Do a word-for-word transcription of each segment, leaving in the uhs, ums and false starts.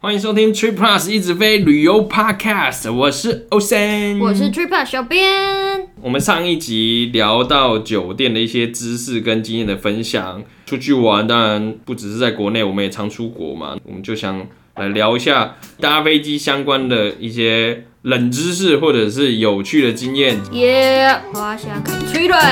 欢迎收听 Trip Plus 一直飞旅游 Podcast， 我是 Ocean， 我是 Trip Plus 小编。 我们上一集聊到酒店的一些知识跟经验的分享，出去玩当然不只是在国内，我们也常出国嘛，我们就想来聊一下搭飞机相关的一些冷知识或者是有趣的经验。 耶，我想开吹对。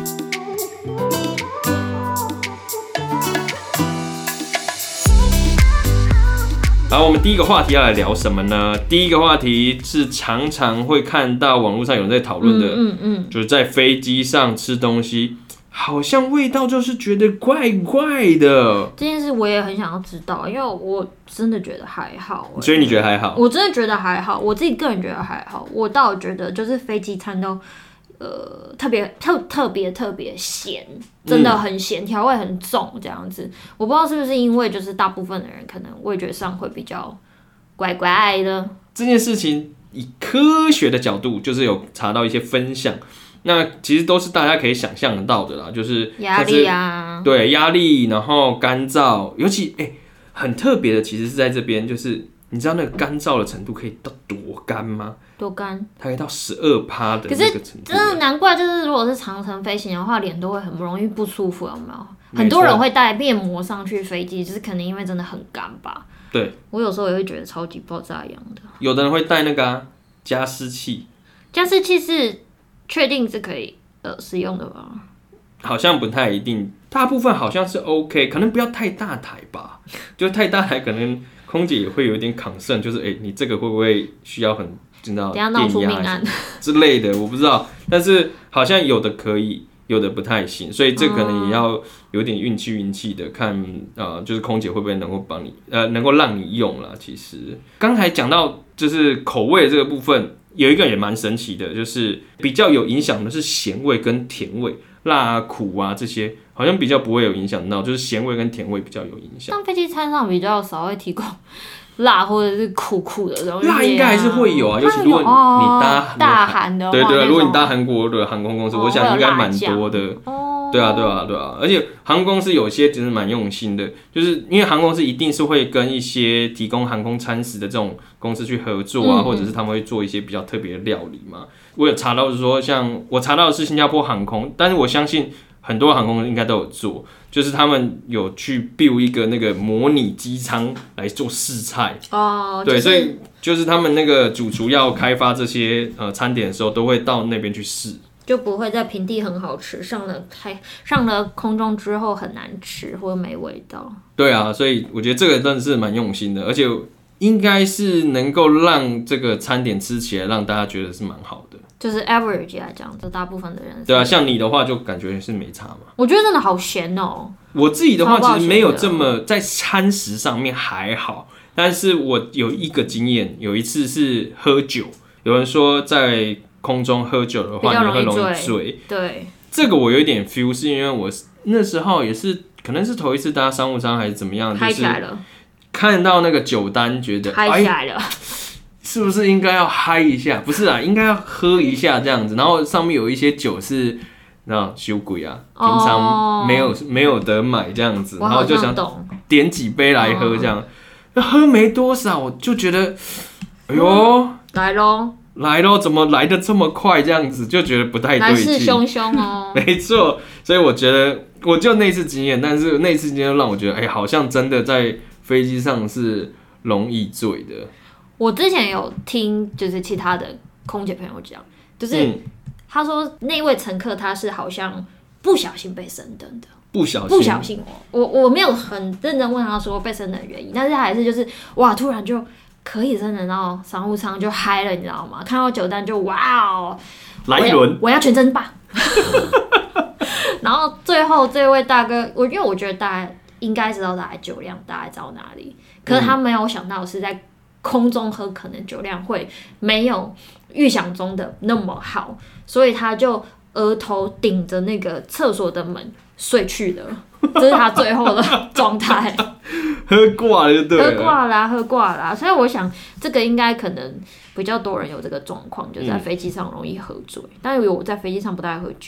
好，我们第一个话题要来聊什么呢？第一个话题是常常会看到网络上有人在讨论的，嗯嗯嗯，就是在飞机上吃东西，好像味道就是觉得怪怪的。 这件事我也很想要知道，因为我真的觉得还好。 所以你觉得还好？ 我真的觉得还好，我自己个人觉得还好。我倒觉得就是飞机餐都。呃，特别特特别特别咸，真的很咸，调味很重这样子。我不知道是不是因为就是大部分的人可能味觉上会比较怪怪的。 这件事情以科学的角度，就是有查到一些分享，那其实都是大家可以想象得到的啦，就是压力啊， 对压力，然后干燥，尤其哎、欸、很特别的，其实是在这边，就是你知道那个干燥的程度可以到多干吗？ 多干， 它可以到十二趴的那个程度。 真的难怪，就是如果是长程飞行的话，脸都会很不容易不舒服，有没有？很多人会带面膜上去飞机，就是可能因为真的很干吧。 对， 我有时候也会觉得超级爆炸一样的。 有的人会带那个、啊、加湿器， 加湿器是确定是可以呃使用的吗？ 好像不太一定，大部分好像是 OK， 可能不要太大台吧。就太大台，可能空姐也会有点concern，就是哎、欸，你这个会不会需要很？等一下闹出命案之类的，我不知道，但是好像有的可以，有的不太行，所以这可能也要有点运气运气的看，呃，就是空姐会不会能够帮你，呃，能够让你用啦。其实刚才讲到就是口味这个部分，有一个也蛮神奇的，就是比较有影响的是咸味跟甜味，辣啊、苦啊这些，好像比较不会有影响到，就是咸味跟甜味比较有影响。 像飞机餐上比较少会提供。辣或者是苦苦的东西、啊， 辣应该还是会有啊，尤其如果你搭、 哦、大韩的话， 对 对, 對，如果你搭韩国的航空公司，哦、我想应该蛮多的。哦，对啊，对啊，对啊，而且航空公司有些其实蛮用心的，就是因为航空公司一定是会跟一些提供航空餐食的这种公司去合作啊，嗯、或者是他们会做一些比较特别的料理嘛。我有查到是说，像我查到的是新加坡航空，但是我相信。很多航空应该都有做，就是他们有去 build 一个那个模拟机舱来做试菜哦，对，就是、所以就是他们那个主厨要开发这些呃餐点的时候，都会到那边去试， 就不会在平地很好吃，上了开上了空中之后很难吃或者没味道。 对啊，所以我觉得这个真的是蛮用心的，而且应该是能够让这个餐点吃起来让大家觉得是蛮好的。 就是 average 来讲，就大部分的人对啊，像你的话就感觉是没差嘛。 我觉得真的好咸哦。 我自己的话其实没有这么在餐食上面还好，但是我有一个经验，有一次是喝酒，有人说在空中喝酒的话，你会容易醉。 对， 这个我有一点 feel， 是因为我那时候也是可能是頭一次搭商務艙還是怎麼樣， 嗨起來了， 看到那個酒單覺得嗨起來了。 是不是應該要嗨一下？不是啦，應該要喝一下這樣子。然後上面有一些酒是，那酒貴啊，平常沒有、哦、沒有得買這樣子，然後就想點幾杯來喝這樣。那、哦、喝沒多少，我就覺得，哎呦，嗯、 來咯， 來咯，怎麼來得這麼快？這樣子就覺得不太對勁。來勢洶洶哦。 沒錯，所以我覺得，我就那次經驗，但是那次經驗讓我覺得，哎、欸，好像真的在飛機上是容易醉的。 我之前有聽，就是其他的空姐朋友講，就是他說那位乘客他是好像不小心被升等的， 不小心， 不小心哦，我我沒有很認真問他說被升等的原因，但是他還是就是哇，突然就可以升等到商務艙就嗨了，你知道嗎？看到酒單就哇哦， 來一輪， 我要全真吧。然後最後這位大哥，我因為我覺得大家應該知道大概酒量大概知道哪裡，可是他沒有想到是在空中喝可能酒量會沒有預想中的那麼好，所以他就額頭頂着那個廁所的門睡去了，這是他最後的狀態。 喝掛了就對了， 喝掛啦，喝掛啦。所以我想這個應該可能比較多人有這個狀況，就在飛機上容易喝醉。嗯、但是我在飛機上不太喝酒。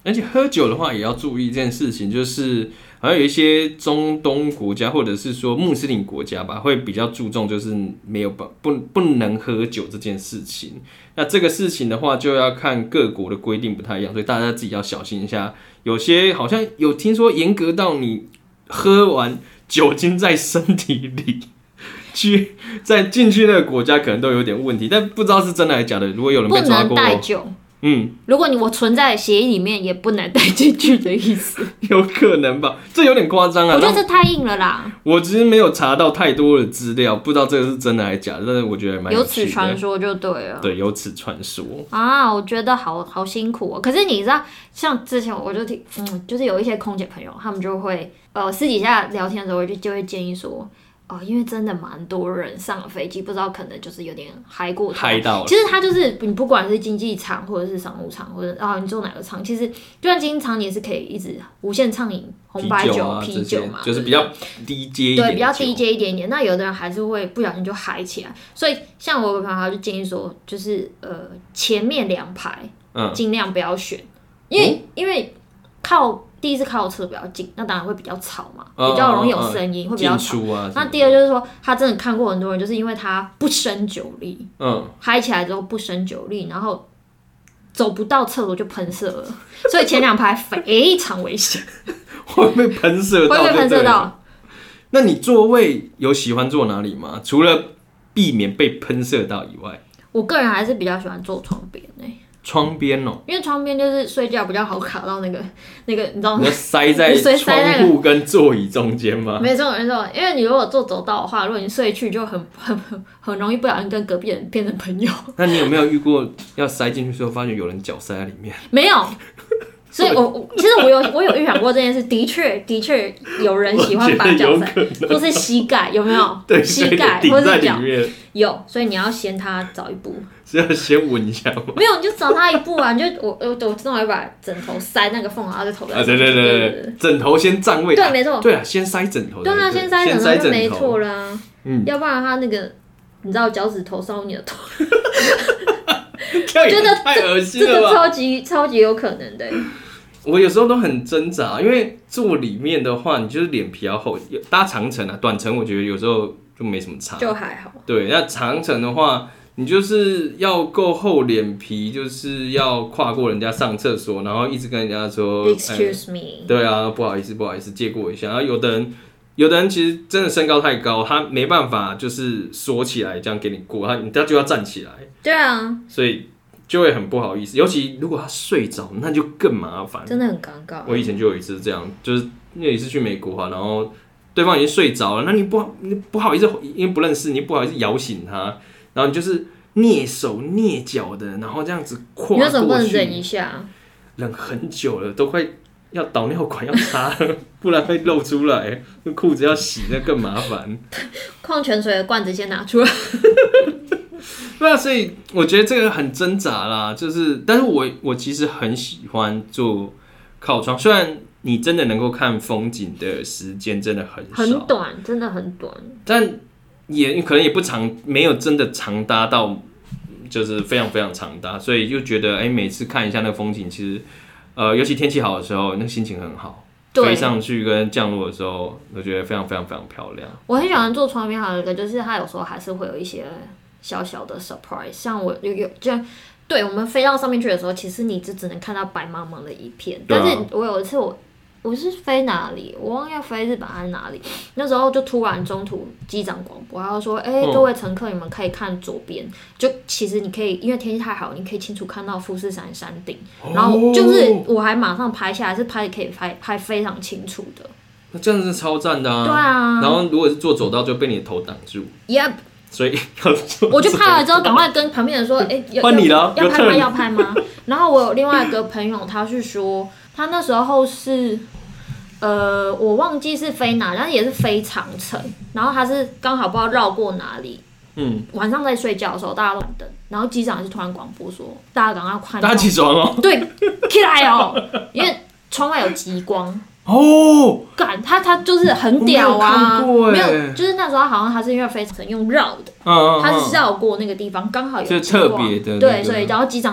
而且喝酒的话也要注意一件事情，就是好像有一些中东国家或者是说穆斯林国家吧，会比较注重就是没有不不能喝酒这件事情。那这个事情的话，就要看各国的规定不太一样，所以大家自己要小心一下。有些好像有听说严格到你喝完酒精在身体里。去再进去那个国家可能都有点问题，但不知道是真的还是假的。如果有人被抓过， 不能带酒。 嗯， 如果你我存在协议里面，也不能带进去的意思。 有可能吧，这有点夸张啊。 我觉得这太硬了啦。 我其实没有查到太多的资料，不知道这个是真的还是假的，但是我觉得蛮有趣的。 有此传说就对了。 对，有此传说啊，我觉得好好辛苦哦。可是你知道，像之前我就听，嗯，就是有一些空姐朋友，他们就会呃私底下聊天的时候就就会建议说。哦，因为真的蛮多人上了飞机，不知道可能就是有点嗨过头， 嗨到了。 其实它就是你不管是经济舱或者是商务舱，或者啊你坐哪个舱，其实就算经济舱你也是可以一直无限畅饮红白酒、啤酒嘛， 就是比较低阶一点， 对，比较低阶一点点。那有的人还是会不小心就嗨起来，所以像我有个朋友他就建议说，就是呃前面两排尽量不要选，因为、嗯、因为靠。第一是靠车比较近，那当然会比较吵嘛，嗯、比较容易有声音，嗯、会比较吵。啊、那第二就是说，他真的看过很多人，就是因为他不胜酒力，嗯，嗨起来之后不胜酒力，然后走不到厕所就喷射了，所以前两排非常危险， 会被喷射到， 会被喷射到。 那你座位有喜欢坐哪里吗？除了避免被喷射到以外， 我个人还是比较喜欢坐窗边诶、欸。 窗边哦， 因为窗边就是睡觉比较好卡到那个那个，你知道吗？ 你要塞在窗户跟座椅中间吗？ 没错没错，因为你如果坐走道的话，如果你睡去就很很很很容易不小心跟隔壁人变成朋友。 那你有没有遇过要塞进去之后发现有人脚塞在里面？ 没有。所以我，我其实我有我有预想过这件事，的确的确有人喜欢把脚塞，或是膝盖有没有？ 对， 膝盖或是脚有，所以你要先他早一步， 是要先闻一下吗？ 没有，你就找他一步啊！你就我我我真的会把枕头塞那个缝，然后再头在上面。 啊，对对对对，枕头先占位。 对，没错。 对啊，先塞枕头。 对啊，先塞枕头就没错啦。嗯，要不然他那个你知道脚趾头烧你的头， 我觉得太恶心了吧？ 这个超级超级有可能的。 我有时候都很挣扎，因为坐里面的话，你就是脸皮要厚。搭长程啊，短程我觉得有时候就没什么差， 就还好。对， 那长程的话，你就是要够厚脸皮，就是要跨过人家上厕所，然后一直跟人家说 "Excuse me"、欸。 对啊，不好意思，不好意思，借过一下。然后有的人，有的人其实真的身高太高，他没办法就是锁起来这样给你过，他他就要站起来。 对啊， 所以。就会很不好意思，尤其如果他睡着，那就更麻烦， 真的很尴尬。 我以前就有一次这样，就是那一次去美国哈，然后对方已经睡着了，那你不你不好意思，因为不认识你，不好意思摇醒他，然后你就是蹑手蹑脚的，然后这样子跨过去。 你为什么不能忍一下？ 忍很久了，都快要导尿管要插了，不然会漏出来，那裤子要洗，那更麻烦。 矿泉水的罐子先拿出来。 对啊，所以我觉得这个很挣扎啦，就是，但是我我其实很喜欢坐靠窗，虽然你真的能够看风景的时间真的很少， 很短，真的很短， 但也可能也不长，没有真的长搭到，就是非常非常长搭，所以就觉得，哎、欸，每次看一下那个风景，其实，呃，尤其天气好的时候，那个心情很好。飞上去跟降落的时候，我觉得非常非常非常漂亮。 我很喜欢坐窗边，还有一个就是它有时候还是会有一些小小的 surprise， 像我有有这样，对我们飞到上面去的时候，其实你只只能看到白茫茫的一片。啊、但是我有一次我我是飞哪里，我忘了要飞日本还是哪里，那时候就突然中途机长广播，他就说：“哎、欸，各位乘客，你们可以看左边，就其实你可以，因为天气太好，你可以清楚看到富士山山顶。哦、然后就是我还马上拍下来，是拍可以拍拍非常清楚的。 那这样子是超赞的啊！ 对啊。然后如果是坐走道，就被你的头挡住。 Yep。 所以要做。 我就拍完之后，赶快跟旁边人说：“哎、欸， 换你了， 要拍吗？要拍吗？”然后我有另外一个朋友，他是说他那时候是。呃，我忘记是飞哪，但是也是飞长程，然后他是刚好不知道绕过哪里。嗯，晚上在睡觉的时候，大家都很灯，然后机长是突然广播说：“大家赶快看， 大家起床哦。” 对，起来哦，因为窗外有极光。 哦， 干他他就是很屌啊， 没有, 没有，就是那时候好像他是因为飞长程用绕的，嗯嗯嗯他是绕过那个地方，刚好有极光， 特别的、那個， 对，所以然后机长。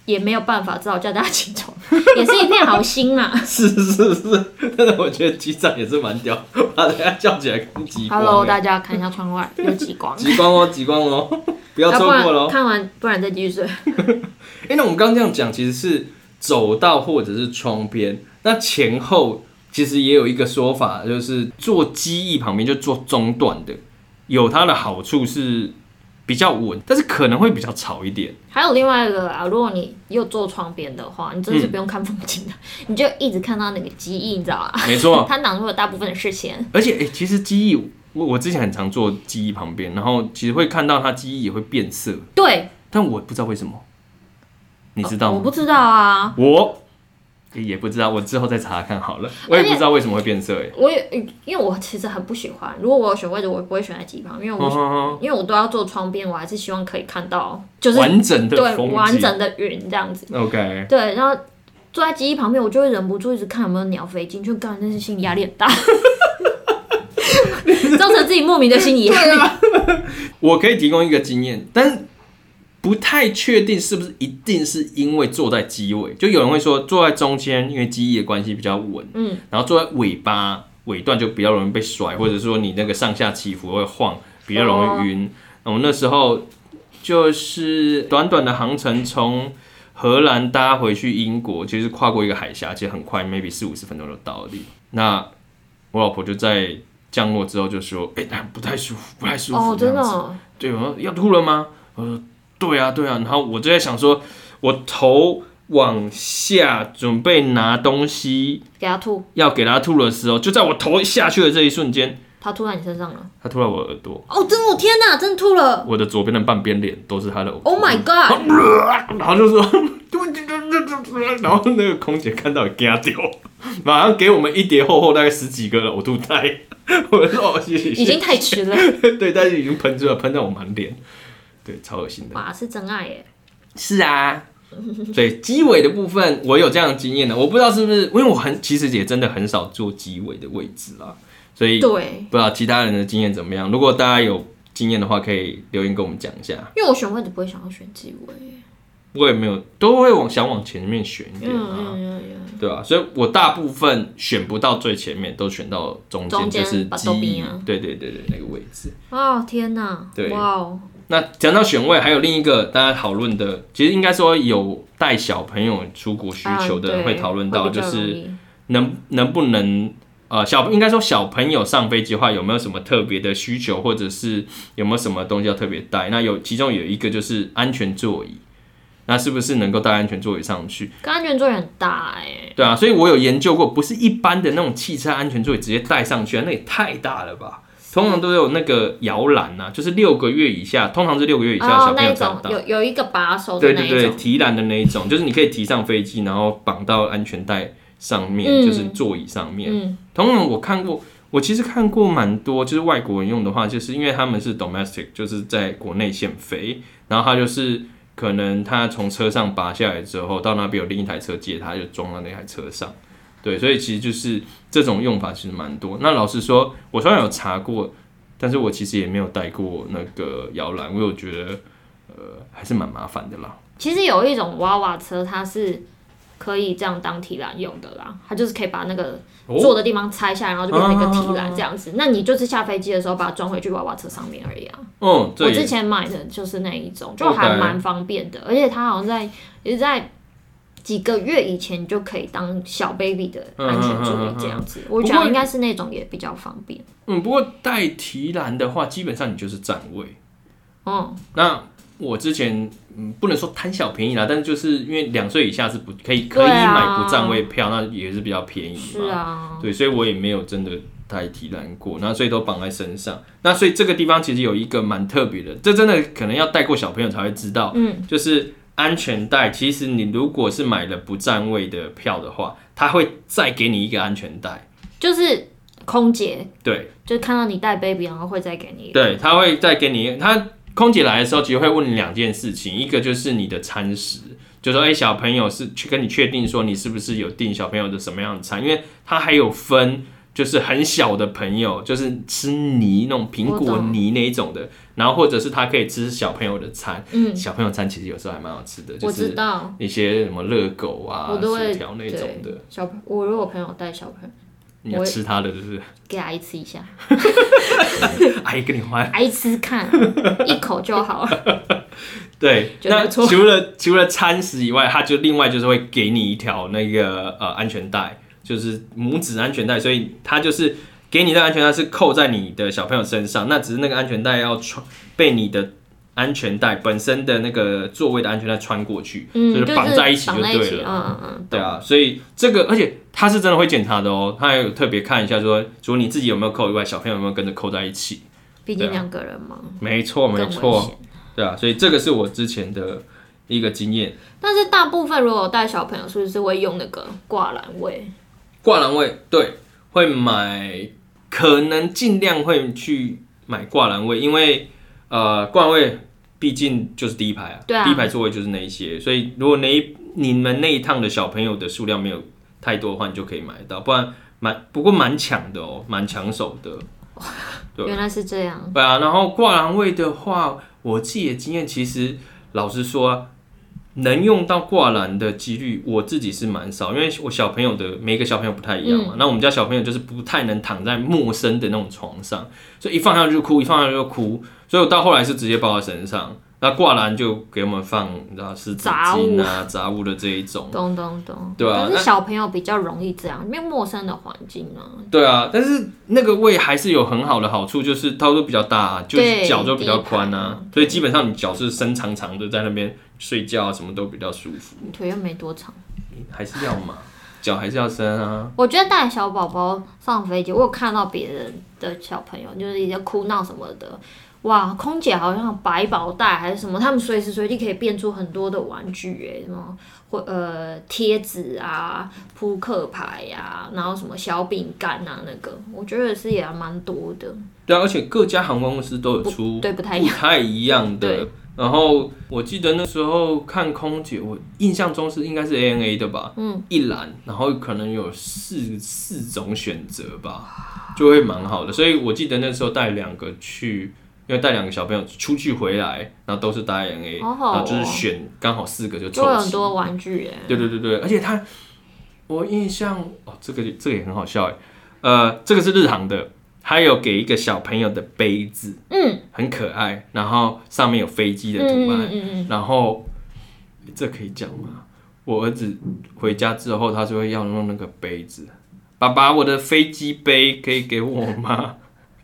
也没有办法，只好叫大家起床，也是一片好心嘛。 是是是，但是我觉得机长也是蛮屌，把大家叫起来看极光。 Hello， 大家看一下窗外有极光。 极光哦，极光哦，不要错过喽。 看完不然再继续睡。 哎、欸，那我们刚刚这样讲，其实是走道或者是窗边，那前后其实也有一个说法，就是坐机翼旁边就坐中段的，有它的好处是。比较稳，但是可能会比较吵一点。 还有另外一个啊，如果你又坐窗边的话，你真的是不用看风景的，嗯、你就一直看到那个机翼，你知道吗？ 没错， 它挡住了大部分的视线。 而且，哎、欸，其实机翼，我我之前很常坐机翼旁边，然后其实会看到它机翼也会变色。 对， 但我不知道为什么，你知道吗？ 我不知道啊。 我。也不知道，我之后再查查看好了。我也不知道为什么会变色哎。 我也因为我其实很不喜欢，如果我有选位置，我不会选在机旁，因为我、哦、因为我都要坐窗边，我还是希望可以看到就是完整的风景， 对完整的云这样子。 OK。 对，然后坐在机翼旁边，我就会忍不住一直看有没有鸟飞进去，干那是心理压力很大，造成自己莫名的心理压力。 啊、我可以提供一个经验，但是。不太确定是不是一定是因为坐在机尾，就有人会说坐在中间，因为机翼的关系比较稳，嗯，然后坐在尾巴尾段就比较容易被甩，或者说你那个上下起伏会晃，比较容易晕。我、哦、那时候就是短短的航程，从荷兰搭回去英国，其实跨过一个海峡，其实很快 ，maybe 四五十分钟就到了。那我老婆就在降落之后就说：“哎、欸，不太舒服，不太舒服。” 哦，真的、哦？ 对，我说要吐了吗？我说。对啊，对啊，然后我就在想说，我头往下准备拿东西给他吐， 要给他吐的时候，就在我头下去的这一瞬间， 他吐在你身上了， 他吐在我耳朵。 哦，真的，天哪，真的吐了！ 我的左边的半边脸都是他的耳朵。 Oh my god！ 然后就说，然后那个空姐看到也吓掉，马上给我们一叠厚厚大概十几个呕吐袋。我说哦，谢谢， 已经太迟了。 对，但是已经喷出来，喷到我满脸。对，超恶心的。 哇，是真爱耶！ 是啊，对机尾的部分，我有这样的经验的。我不知道是不是，因为我很其实也真的很少坐机尾的位置啦，所以对， 不知道其他人的经验怎么样。如果大家有经验的话，可以留言跟我们讲一下。因为我选位置不会想要选机尾， 我也没有，都会往想往前面选一点啊，嗯嗯嗯、对吧、啊？所以我大部分选不到最前面，都选到中间，就是机翼，对对对对，那个位置。 哦天哪！ 对， 哇哦。 那讲到选位，还有另一个大家讨论的，其实应该说有带小朋友出国需求的人会讨论到，就是能能不能呃小应该说小朋友上飞机的话，有没有什么特别的需求，或者是有没有什么东西要特别带？那有其中有一个就是安全座椅，那是不是能够带安全座椅上去？ 跟安全座椅很大哎、欸。 对啊，所以我有研究过，不是一般的那种汽车安全座椅直接带上去啊，那也太大了吧？通常都有那个摇篮呐，就是六个月以下，通常是六个月以下的小朋友才到。 有有一个把手的那一种， 对对对，提篮的那一种，就是你可以提上飞机，然后绑到安全带上面，嗯、就是座椅上面。嗯、通常我看过，我其实看过蛮多，就是外国人用的话，就是因为他们是 domestic， 就是在国内线飞，然后他就是可能他从车上拔下来之后，到那边有另一台车接他，就装到那台车上。对，所以其实就是这种用法其实蛮多。那老实说，我虽然有查过，但是我其实也没有带过那个摇篮，因为我觉得呃还是蛮麻烦的啦。 其实有一种娃娃车，它是可以这样当提篮用的啦，它就是可以把那个坐的地方拆下来，然后就变成一个提篮这样子。那你就是下飞机的时候把它装回去娃娃车上面而已啊。 嗯， 我之前买的就是那一种，就还蛮方便的，而且它好像在也是在。几个月以前就可以当小 baby 的安全座椅这样子，我觉得应该是那种也比较方便。 嗯，不过带提篮的话，基本上你就是站位。 嗯， 那我之前嗯不能说贪小便宜啦，但是就是因为两岁以下是不可以可以买不站位票，啊、那也是比较便宜嘛。 是啊， 对，所以我也没有真的带提篮过，那所以都绑在身上。那所以这个地方其实有一个蛮特别的，这真的可能要带过小朋友才会知道，嗯，就是。安全带，其实你如果是买了不占位的票的话，他会再给你一个安全带， 就是空姐， 对， 就是看到你带 baby， 然后会再给你一个， 对，他会再给你，他空姐来的时候，其实会问你两件事情，一个就是你的餐食，就说哎、欸，小朋友是去跟你确定说你是不是有订小朋友的什么样的餐，因为他还有分就是很小的朋友，就是吃泥那种苹果泥那一种的，然后或者是他可以吃小朋友的餐，嗯，小朋友餐其实有时候还蛮好吃的，就是一些什么热狗啊、薯条那种的。 小朋我如果朋友带小朋友， 你要吃他的，是不是？ 给阿姨吃一下， 阿姨跟你换， 阿姨吃看，一口就好了。 对，那除了除了餐食以外，他就另外就是会给你一条那个呃安全带。就是拇指安全带，所以它就是给你的安全带是扣在你的小朋友身上，那只是那个安全带要穿被你的安全带本身的那个座位的安全带穿过去，嗯、就是绑在一起就对了。 嗯嗯对啊，所以这个而且它是真的会检查的哦，它还有特别看一下说，除了你自己有没有扣以外，小朋友有没有跟着扣在一起。 毕竟两个人嘛。啊、 没错没错，对啊，所以这个是我之前的一个经验。 但是大部分如果带小朋友，是不是会用那个挂篮位？ 挂篮位对，会买，可能尽量会去买挂篮位，因为呃挂篮位毕竟就是第一排啊， 对啊， 第一排座位就是那一些，所以如果那一你们那一趟的小朋友的数量没有太多的话，你就可以买到，不然蛮不过蛮抢的哦，蛮抢手的。 对，原来是这样。 对啊，然后挂篮位的话，我自己的经验其实老实说、啊。能用到挂篮的几率，我自己是蛮少，因为我小朋友的每个小朋友不太一样嘛。那、嗯、我们家小朋友就是不太能躺在陌生的那种床上，所以一放下去就哭，一放下去就哭，所以我到后来是直接抱在身上。那挂篮就给我们放，你知道湿纸巾啊、杂物的这一种。 懂懂懂。 对啊， 但是小朋友比较容易这样，因为陌生的环境啊。 对啊，但是那个位还是有很好的好处，就是它都比较大，就是脚就比较宽啊，所以基本上你脚是伸长长的在那边睡觉啊，什么都比较舒服。 你腿又没多长， 还是要嘛，脚还是要伸啊。 我觉得带小宝宝上飞机，我有看到别人的小朋友就是一些哭闹什么的。哇，空姐好像百宝袋还是什么，他们随时随地可以变出很多的玩具哎，什么或呃贴纸啊、扑克牌呀、啊，然后什么小饼干啊，那个我觉得是也蛮多的。 对啊，而且各家航空公司都有出， 对，不太一样， 不太一样的。然后我记得那时候看空姐，我印象中是应该是 A N A 的吧，嗯，一栏，然后可能有四四种选择吧，就会蛮好的。所以我记得那时候带两个去。因为带两个小朋友出去回来，然后都是搭 A N A，、哦、然后就是选刚好四个就凑齐， 就有很多玩具耶。 对对对对，而且他我印象哦，这个这个也很好笑哎，呃，这个是日航的，还有给一个小朋友的杯子，嗯，很可爱，然后上面有飞机的图案，嗯嗯嗯、然后这可以讲吗？我儿子回家之后，他就会要用那个杯子，爸爸，我的飞机杯可以给我吗？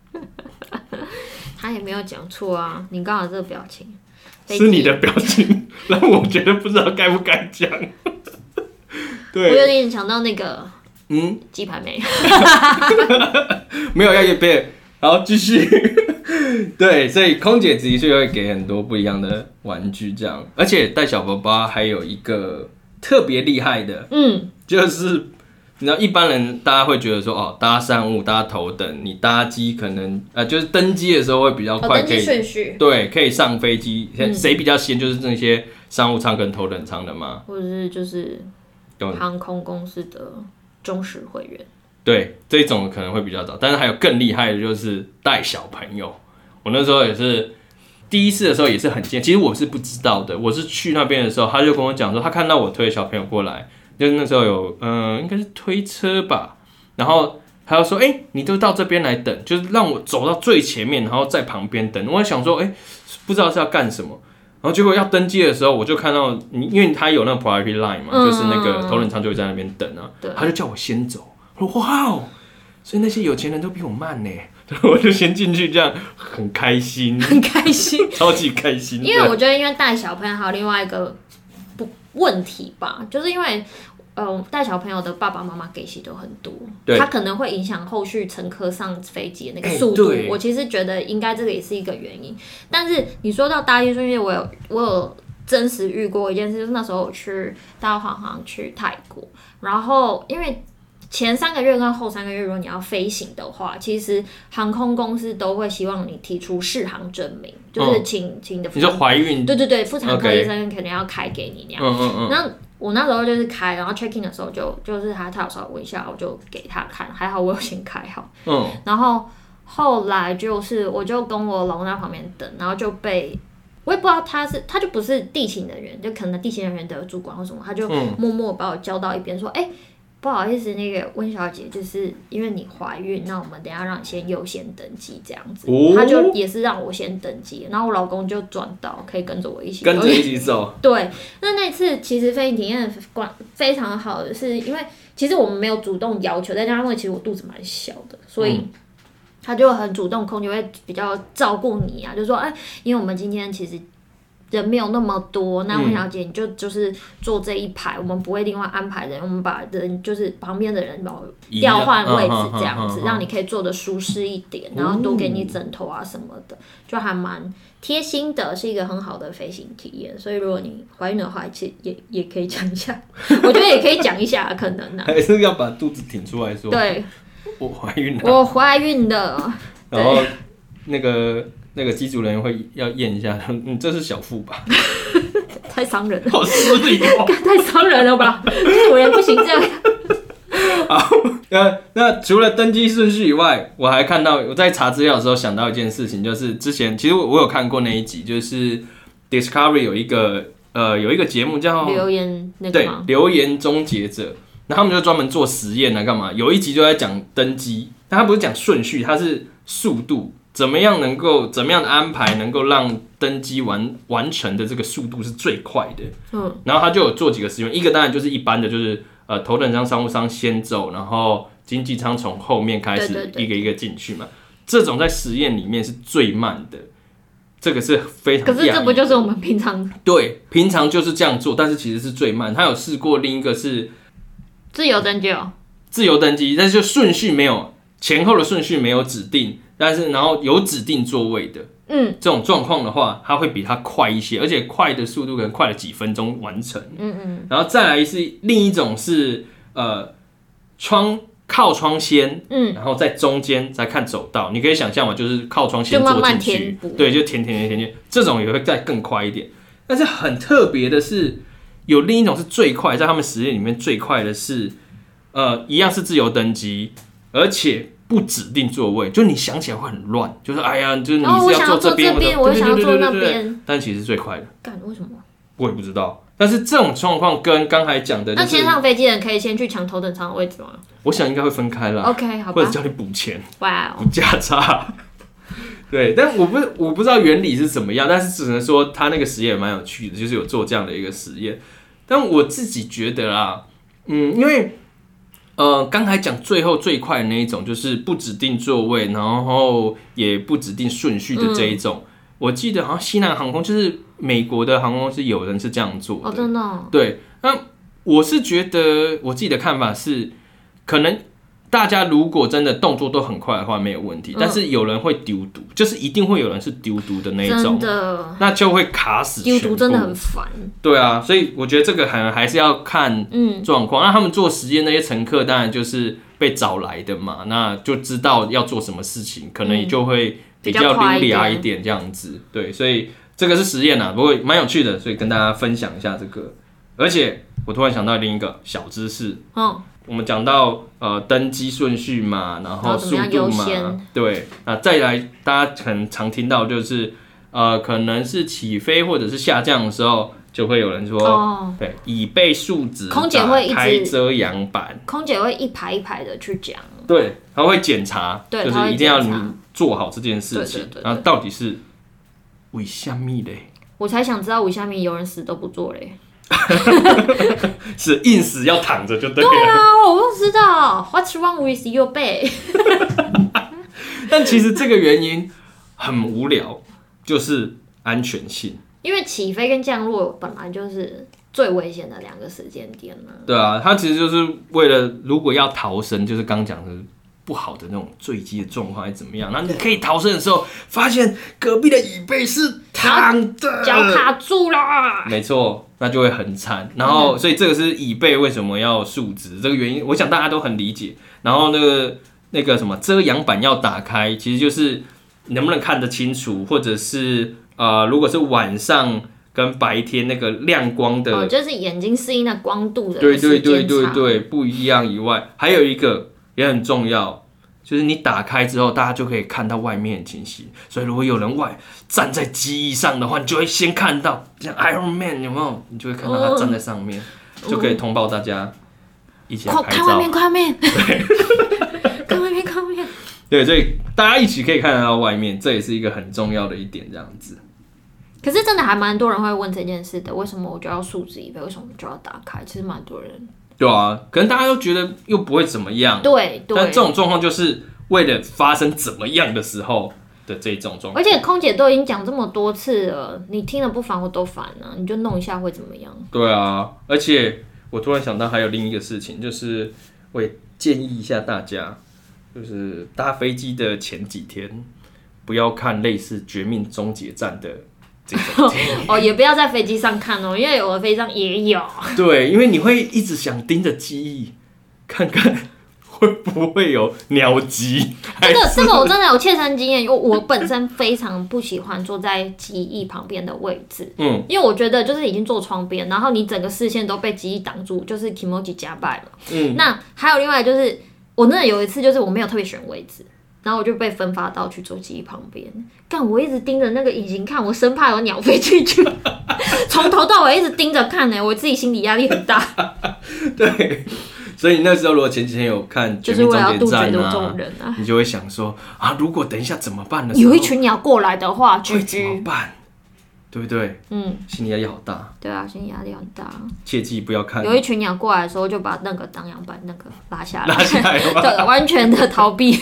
他也没有讲错啊，你刚好这个表情， 是你的表情，让我觉得不知道该不该讲。对， 我有点想到那个，嗯，鸡排妹， 没有要也别，好继续。对，所以空姐的确会给很多不一样的玩具，这样，而且带小宝宝还有一个特别厉害的，嗯，就是。你知道一般人大家会觉得说哦，搭商务搭头等，你搭机可能呃就是登机的时候会比较快，可以、哦、 顺序对，可以上飞机。谁、嗯、比较先？就是那些商务舱跟头等舱的嘛， 或者是就是航空公司的忠实会员。 对，这种可能会比较早，但是还有更厉害的就是带小朋友。我那时候也是第一次的时候也是很惊，其实我是不知道的，我是去那边的时候，他就跟我讲说，他看到我推小朋友过来。就是那时候有，嗯、呃，应该是推车吧，然后他就说，哎、欸，你就到这边来等，就是让我走到最前面，然后在旁边等。我想说，哎、欸，不知道是要干什么，然后结果要登机的时候，我就看到，因为他有那个 priority line 嘛，嗯、就是那个头等舱就会在那边等啊，他就叫我先走，我说哇哦，所以那些有钱人都比我慢呢，我就先进去，这样很开心， 很开心， 超级开心。 因为我觉得，因为带小朋友还有另外一个不问题吧，就是因为。呃，带小朋友的爸爸妈妈给息都很多，他可能会影响后续乘客上飞机的那个速度。欸、我其实觉得应该这个也是一个原因。但是你说到搭机顺序，我有我有真实遇过一件事，就是那时候我去大陆航航去泰国，然后因为前三个月跟后三个月，如果你要飞行的话，其实航空公司都会希望你提出适航证明，就是请、嗯、请你的你说怀孕， 对对对，妇产科医生可能要开给你那样。嗯嗯嗯。然后我那时候就是开，然后 check in 的时候就就是他他有稍微问一下，我就给他看，还好我有先开好。嗯，然后后来就是我就跟我老公在旁边等，然后就被我也不知道他是他就不是地勤人员，就可能地勤人员的主管或什么，他就默默把我叫到一边说，哎、嗯。欸不好意思，那个温小姐，就是因为你怀孕，那我们等一下让你先优先登记这样子。哦、他就也是让我先登记，然后我老公就转到可以跟着我一起跟着一起走。 对，那那次其实飞行体验非常好的是，因为其实我们没有主动要求，再加上因为其实我肚子蛮小的，所以他就很主动，空姐会比较照顾你啊，就说哎，因为我们今天其实。人没有那么多，那温小姐你就就是坐这一排，我们不会另外安排人，我们把人就是旁边的人调换位置这样子，让你可以坐得舒适一点，然后多给你枕头啊什么的，就还蛮贴心的，是一个很好的飞行体验。所以如果你怀孕的话，其实也也可以讲一下，我觉得也可以讲一下，可能啊， 还是要把肚子挺出来说， 对， 我怀孕了， 我怀孕了， 然后那个。那个机组人员会要验一下，嗯，这是小腹吧？ 太伤人了， 好失礼哦， 太伤人了吧？机组人不行这样。 好，那那除了登机顺序以外，我还看到我在查资料的时候想到一件事情，就是之前其实我我有看过那一集，就是 Discovery 有一个呃有一个节目叫留言那个吗？ 对，留言终结者，那他们就专门做实验来干嘛？有一集就在讲登机，但他不是讲顺序，他是速度。怎么样能够怎么样的安排能够让登机完完成的这个速度是最快的？嗯，然后他就有做几个实验，一个当然就是一般的，就是呃头等舱、商务舱先走，然后经济舱从后面开始一个一个进去嘛。这种在实验里面是最慢的，这个是非常。 可是这不就是我们平常？ 对，平常就是这样做，但是其实是最慢。他有试过另一个是自由登机哦， 自由登机，但是就顺序没有前后的顺序没有指定。但是，然后有指定座位的，嗯，这种状况的话，它会比它快一些，而且快的速度可能快了几分钟完成，嗯嗯。然后再来是另一种是呃窗靠窗先，嗯，然后在中间再看走道，你可以想象嘛，就是靠窗先坐进去，对，就填填填填填，这种也会再更快一点。但是很特别的是，有另一种是最快，在他们实验里面最快的是，呃，一样是自由登机，而且。不指定座位，就你想起来会很乱，就是哎呀，就是你是要坐这边， 我想要坐那边， 但其实最快的。 干为什么？ 我也不知道。但是这种状况跟刚才讲的、就是， 那先上飞机的人可以先去抢头等舱的位置吗？ 我想应该会分开啦。 OK， 好吧。 或者叫你补钱， 哇、wow ， 补价差。对，但我不我不知道原理是怎么样，但是只能说他那个实验蛮有趣的，就是有做这样的一个实验。但我自己觉得啦，嗯，因为。呃，刚才讲最后最快的那一种，就是不指定座位，然后也不指定顺序的这一种。嗯、我记得好像西南航空就是美国的航空公司有人是这样做的。 哦，真的、哦。 对，那我是觉得我自己的看法是，可能大家如果真的动作都很快的话没有问题，嗯、但是有人会丢毒，就是一定会有人是丢毒的那一种， 真的， 那就会卡死全部。 丢毒真的很烦。 对啊，所以我觉得这个可能还是要看状况。嗯、那他们做实验那些乘客当然就是被找来的嘛，那就知道要做什么事情，可能也就会比较溜达一点这样子。对，所以这个是实验啊，不过蛮有趣的，所以跟大家分享一下这个。而且我突然想到另一个小知识，嗯。我们讲到呃登机顺序嘛，然后速度嘛，对，那再来大家可能常听到就是呃可能是起飞或者是下降的时候，就会有人说，哦、对，椅背竖直， 空姐会一直开遮阳板， 空姐会一排一排的去讲， 对，她会检查，就是一定要你做好这件事情，然后到底是为什么嘞？ 我才想知道为什么有人死都不做嘞。 是硬死要躺着就对了。 对啊，我不知道 What's wrong with your bed 但其实这个原因很无聊，就是安全性。 因为起飞跟降落本来就是最危险的两个时间点呢。 对啊，它其实就是为了如果要逃生，就是刚讲的不好的那种坠机的状况还是怎么样，那你可以逃生的时候，发现隔壁的椅背是躺的， 脚卡住了， 没错，那就会很惨。然后，所以这个是椅背为什么要竖直这个原因，我想大家都很理解。然后那个那个什么遮阳板要打开，其实就是能不能看得清楚，或者是呃，如果是晚上跟白天那个亮光的， 哦，就是眼睛适应的光度的对对对对对对不一样以外，还有一个也很重要，就是你打开之后，大家就可以看到外面很清晰。所以如果有人外站在机翼上的话，你就会先看到，像 Iron Man 有没有？你就会看到他站在上面，嗯、就可以通报大家一起来拍照。 看外面，看外面，对，看外面，看外面。 对，所以大家一起可以看得到外面，这也是一个很重要的一点，这样子。 可是真的还蛮多人会问这件事的，为什么我就要数值一倍？为什么就要打开？其实蛮多人。 对啊，可能大家都觉得又不会怎么样。 对对。 但这种状况就是为了发生怎么样的时候的这种状况。 而且空姐都已经讲这么多次了，你听了不烦我都烦啊，你就弄一下会怎么样？ 对啊，而且我突然想到还有另一个事情，就是我也建议一下大家，就是搭飞机的前几天不要看类似《绝命终结战》的。 哦，也不要在飞机上看哦，因为有的飞机上也有。 对，因为你会一直想盯着机翼，看看会不会有鸟击。 这个这个我真的有切身经验，因为我本身非常不喜欢坐在机翼旁边的位置，嗯，因为我觉得就是已经坐窗边，然后你整个视线都被机翼挡住，就是 kimoji 加败了。嗯，那还有另外就是，我真的有一次就是我没有特别选位置。然后我就被分发到去坐机翼旁边，干我一直盯着那个引擎看，我生怕有鸟飞进去，从头到尾一直盯着看呢、欸，我自己心理压力很大。 对，所以那时候如果前几天有看《绝命终结战》啊， 就是为了要杜绝这种人啊， 你就会想说啊，如果等一下怎么办的时候， 有一群鸟过来的话， 会怎么办？对不对？嗯，心理压力好大。 对啊，心理压力很大。 切记不要看。 有一群鸟过来的时候，就把那个挡阳板那个拉下来， 拉下来吧， 对，完全的逃避。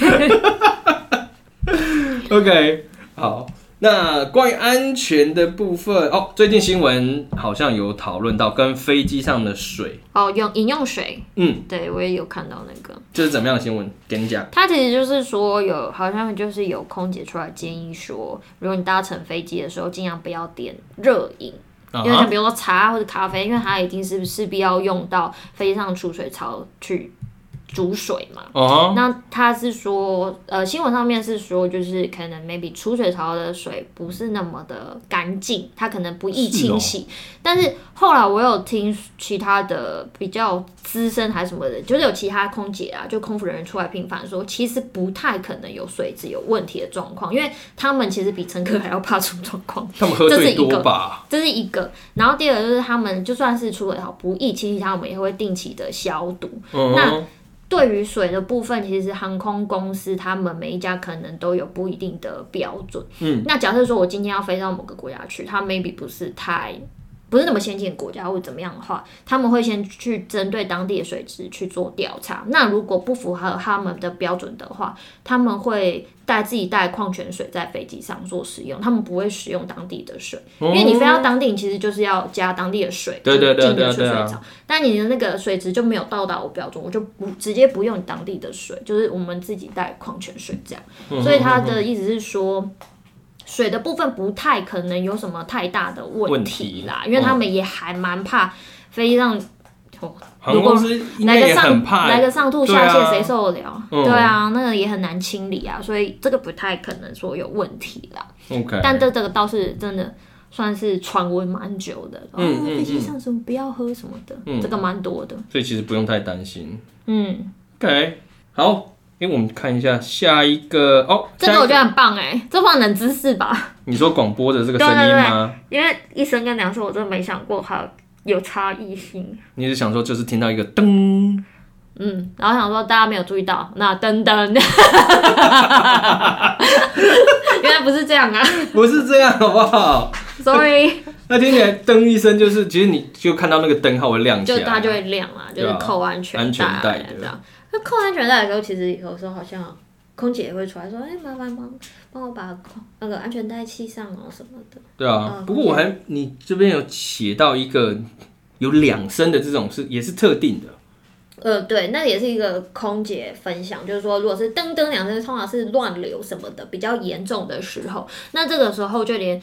OK， 好。那关于安全的部分哦，最近新闻好像有讨论到跟飞机上的水哦，用饮用水， 嗯， 对我也有看到那个， 这是怎么样的新闻？跟你讲， 它其实就是说有，好像就是有空姐出来建议说，如果你搭乘飞机的时候，尽量不要点热饮。因为像比如说茶或者咖啡，因为它一定是势必要用到飞机上储水槽去煮水嘛， uh-huh. 那他是说，呃，新闻上面是说，就是可能 maybe 储水槽的水不是那么的干净，它可能不易清洗。是哦、但是后来我有听其他的比较资深还是什么的，就是有其他空姐啊，就空服人员出来平反说，其实不太可能有水质有问题的状况，因为他们其实比乘客还要怕出状况。 他们喝最多吧？ 这是一个。然后第二个就是他们就算是储水槽不易清洗，他们也会定期的消毒。Uh-huh. 那对于水的部分，其实航空公司他们每一家可能都有不一定的标准。嗯，那假设说我今天要飞到某个国家去，它 maybe 不是太不是那么先进的国家或者怎么样的话，他们会先去针对当地的水质去做调查。那如果不符合他们的标准的话，他们会带自己带矿泉水在飞机上做使用，他们不会使用当地的水，因为你飞到当地，你其实就是要加当地的水， 对对对对对， 进水槽。但你的那个水质就没有到达我标准，我就不直接不用你当地的水，就是我们自己带矿泉水这样。嗯、所以他的意思是说，水的部分不太可能有什么太大的问题啦，因为他们也还蛮怕飞机上。哦、如果来个上来个上吐下泻，谁、啊、受得了？嗯、对啊，那个也很难清理啊，所以这个不太可能说有问题啦。 Okay. 但这这个倒是真的算是传闻蛮久的，嗯、哦，飞机上什么不要喝什么的，嗯、这个蛮多的， 所以其实不用太担心。嗯 ，OK， 好，因为我们看一下下一个哦， 这个我觉得很棒哎，这算冷知识吧？ 你说广播的这个声音吗？ 对对对，因为一声跟两声我真的没想过还有。有差异性， 你是想说就是听到一个噔， 嗯，然后想说大家没有注意到，那噔噔，原来不是这样啊， 不是这样好不好 ？Sorry， 那听起来噔一声就是，其实你就看到那个灯号会亮起来， 就它就会亮啦，就是扣安全带、啊、安全带这样。那扣安全带的时候，其实有时候好像空姐也会出来说：“哎、欸，麻烦帮帮我把那个安全带系上哦什么的。” 对啊，嗯、不过我还你这边有写到一个有两声的这种是也是特定的。 呃，对，那也是一个空姐分享，就是说，如果是噔噔两声，通常是乱流什么的比较严重的时候，那这个时候就连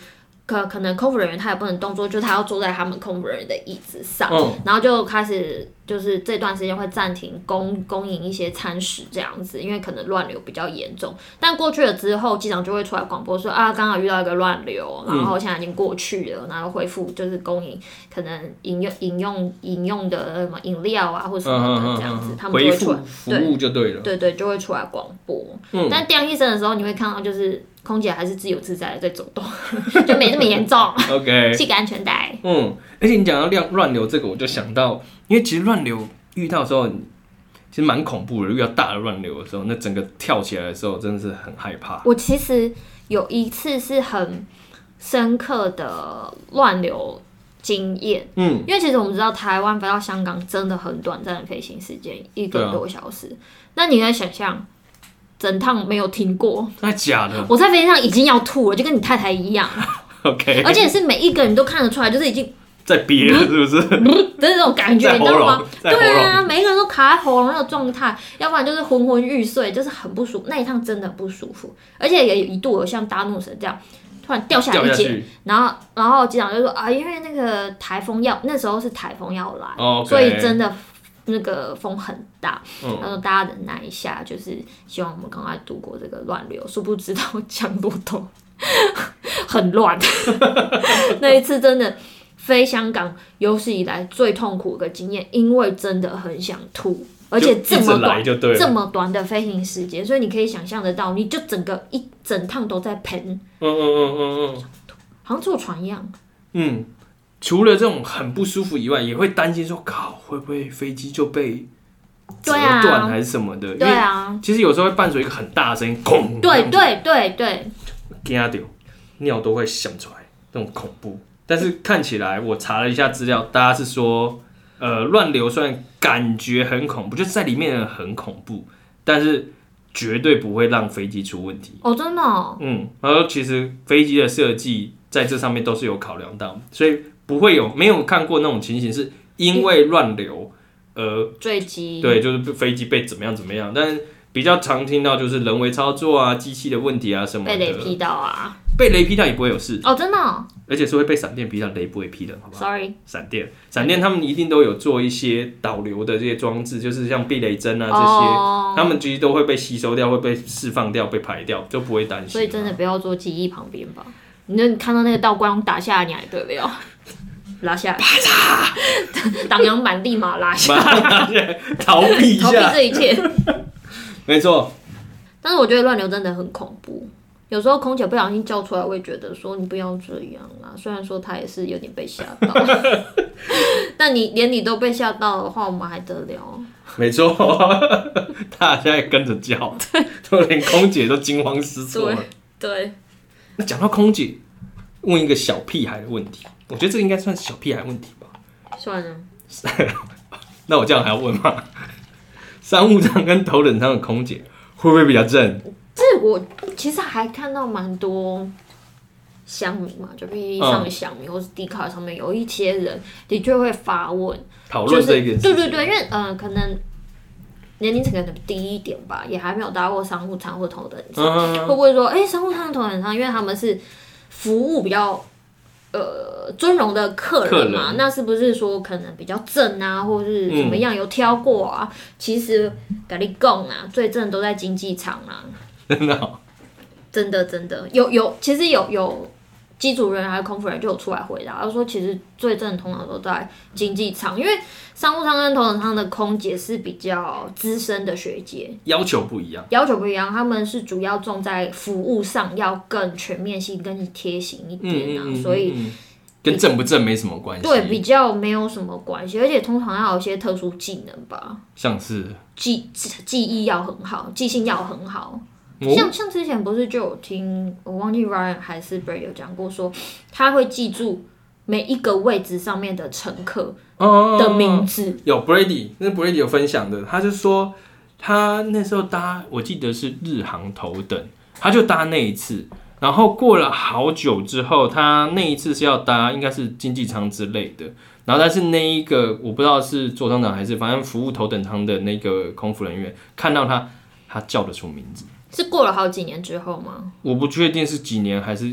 可可能空服人员他也不能动作，就他要坐在他们空服人员的椅子上， 嗯、 然后就开始就是这段时间会暂停供供应一些餐食这样子，因为可能乱流比较严重。但过去了之后，机长就会出来广播说啊，刚好遇到一个乱流，然后现在已经过去了，然后恢复就是供应可能饮用饮用饮用的什么饮料啊或什么的这样子，嗯嗯嗯嗯他们就会出来服务就对了， 对对，就会出来广播。嗯、但降一声的时候，你会看到就是空姐还是自由自在的在走动，就没这么严重。 OK， 系个安全带。 嗯，而且你讲到乱流这个，我就想到，因为其实乱流遇到的时候，其实蛮恐怖的。遇到大的乱流的时候，那整个跳起来的时候，真的是很害怕。 我其实有一次是很深刻的乱流经验，嗯，因为其实我们知道台湾飞到香港真的很短暂的飞行时间，一个多小时。啊、那你可以想象。整趟没有听过， 真的假的？ 我在飞机上已经要吐了，就跟你太太一样。 OK， 而且是每一个人都看得出来，就是已经在憋了，是不是？ 的那种感觉，你知道吗？ 对啊，每一个人都卡在喉咙那个状态，要不然就是昏昏欲睡，就是很不舒服。那一趟真的不舒服，而且也一度有像大怒神这样突然掉下来一截，然后然后机长就说啊，因为那个台风要那时候是台风要来， okay. 所以真的。那个风很大，嗯、他说大家忍耐一下，就是希望我们赶快度过这个乱流。殊不知道降落都很乱，那一次真的飞香港有史以来最痛苦的经验，因为真的很想吐，而且这么短这么短的飞行时间，所以你可以想象得到，你就整个一整趟都在喷，嗯嗯嗯嗯嗯，好像坐船一样， 嗯。除了这种很不舒服以外，也会担心说，靠，会不会飞机就被折断还是什么的？ 对啊， 其实有时候会伴随一个很大的声音，砰！ 对对对对， 惊到尿都会响出来，那种恐怖。但是看起来，我查了一下资料，大家是说，呃，乱流虽然感觉很恐怖，就是在里面很恐怖，但是绝对不会让飞机出问题。 哦，真的、哦？ 嗯，然后其实飞机的设计在这上面都是有考量到，所以。不会有没有看过那种情形，是因为乱流而坠机， 对，就是飞机被怎么样怎么样。但是比较常听到就是人为操作啊、机器的问题啊什么的。 被雷劈到啊？ 被雷劈到也不会有事哦，真的、哦。 而且是会被闪电劈到，雷不会劈的，好不好 ？Sorry， 闪电，闪电他们一定都有做一些导流的这些装置，就是像避雷针啊这些， oh. 他们其实都会被吸收掉，会被释放掉、被排掉，就不会担心。 所以真的不要坐机翼旁边吧。你就看到那个道光打下来，你还得了？拉下来， 啪嚓， 荡漾满地马拉下来， 逃避一下， 逃避这一切。 没错。 但是我觉得乱流真的很恐怖，有时候空姐不小心叫出来，我也觉得说你不要这样啦。虽然说她也是有点被吓到，但你连你都被吓到的话，我们还得了？ 没错，大家也跟着叫，就连空姐都惊慌失措了。 对，对那讲到空姐，问一个小屁孩的问题。我觉得这个应该算是小屁孩问题吧。 算了。 那我这样还要问吗？商务舱跟头等舱的空姐会不会比较正？ 这我其实还看到蛮多乡民嘛，就 P T T 上的乡民，嗯、或是 D 卡上面有一些人的确会发问， 讨论这件事情。 对对对，因为呃可能年龄层可能低一点吧，也还没有搭过商务舱或头等舱，嗯、会不会说，哎、欸，商务舱、头等舱，因为他们是服务比较。呃，尊荣的客人嘛，人那是不是说可能比较正啊，或是怎么样有挑过啊？嗯、其实跟你讲啊，最正都在经济舱啊。 真的、哦， 真的真的有有，其实有有机组人还是空服人就有出来回答，他说其实最正通常都在经济舱，因为商务舱跟头等舱的空姐是比较资深的学姐， 要求不一样， 要求不一样，他们是主要重在服务上要更全面性、更贴心一点啊，嗯嗯嗯嗯所以跟正不正没什么关系， 对，比较没有什么关系，而且通常要有一些特殊技能吧， 像是记记忆要很好，记性要很好。像像之前不是就有听我忘记 Ryan 还是 Brady 有讲过说，他会记住每一个位置上面的乘客的名字。哦、 有 Brady， 那 Brady 有分享的，他就说他那时候搭，我记得是日航头等，他就搭那一次，然后过了好久之后，他那一次是要搭应该是经济舱之类的，然后但是那一个我不知道是座舱长还是反正服务头等舱的那个空服人员看到他，他叫得出名字。 是过了好几年之后吗？ 我不确定是几年还是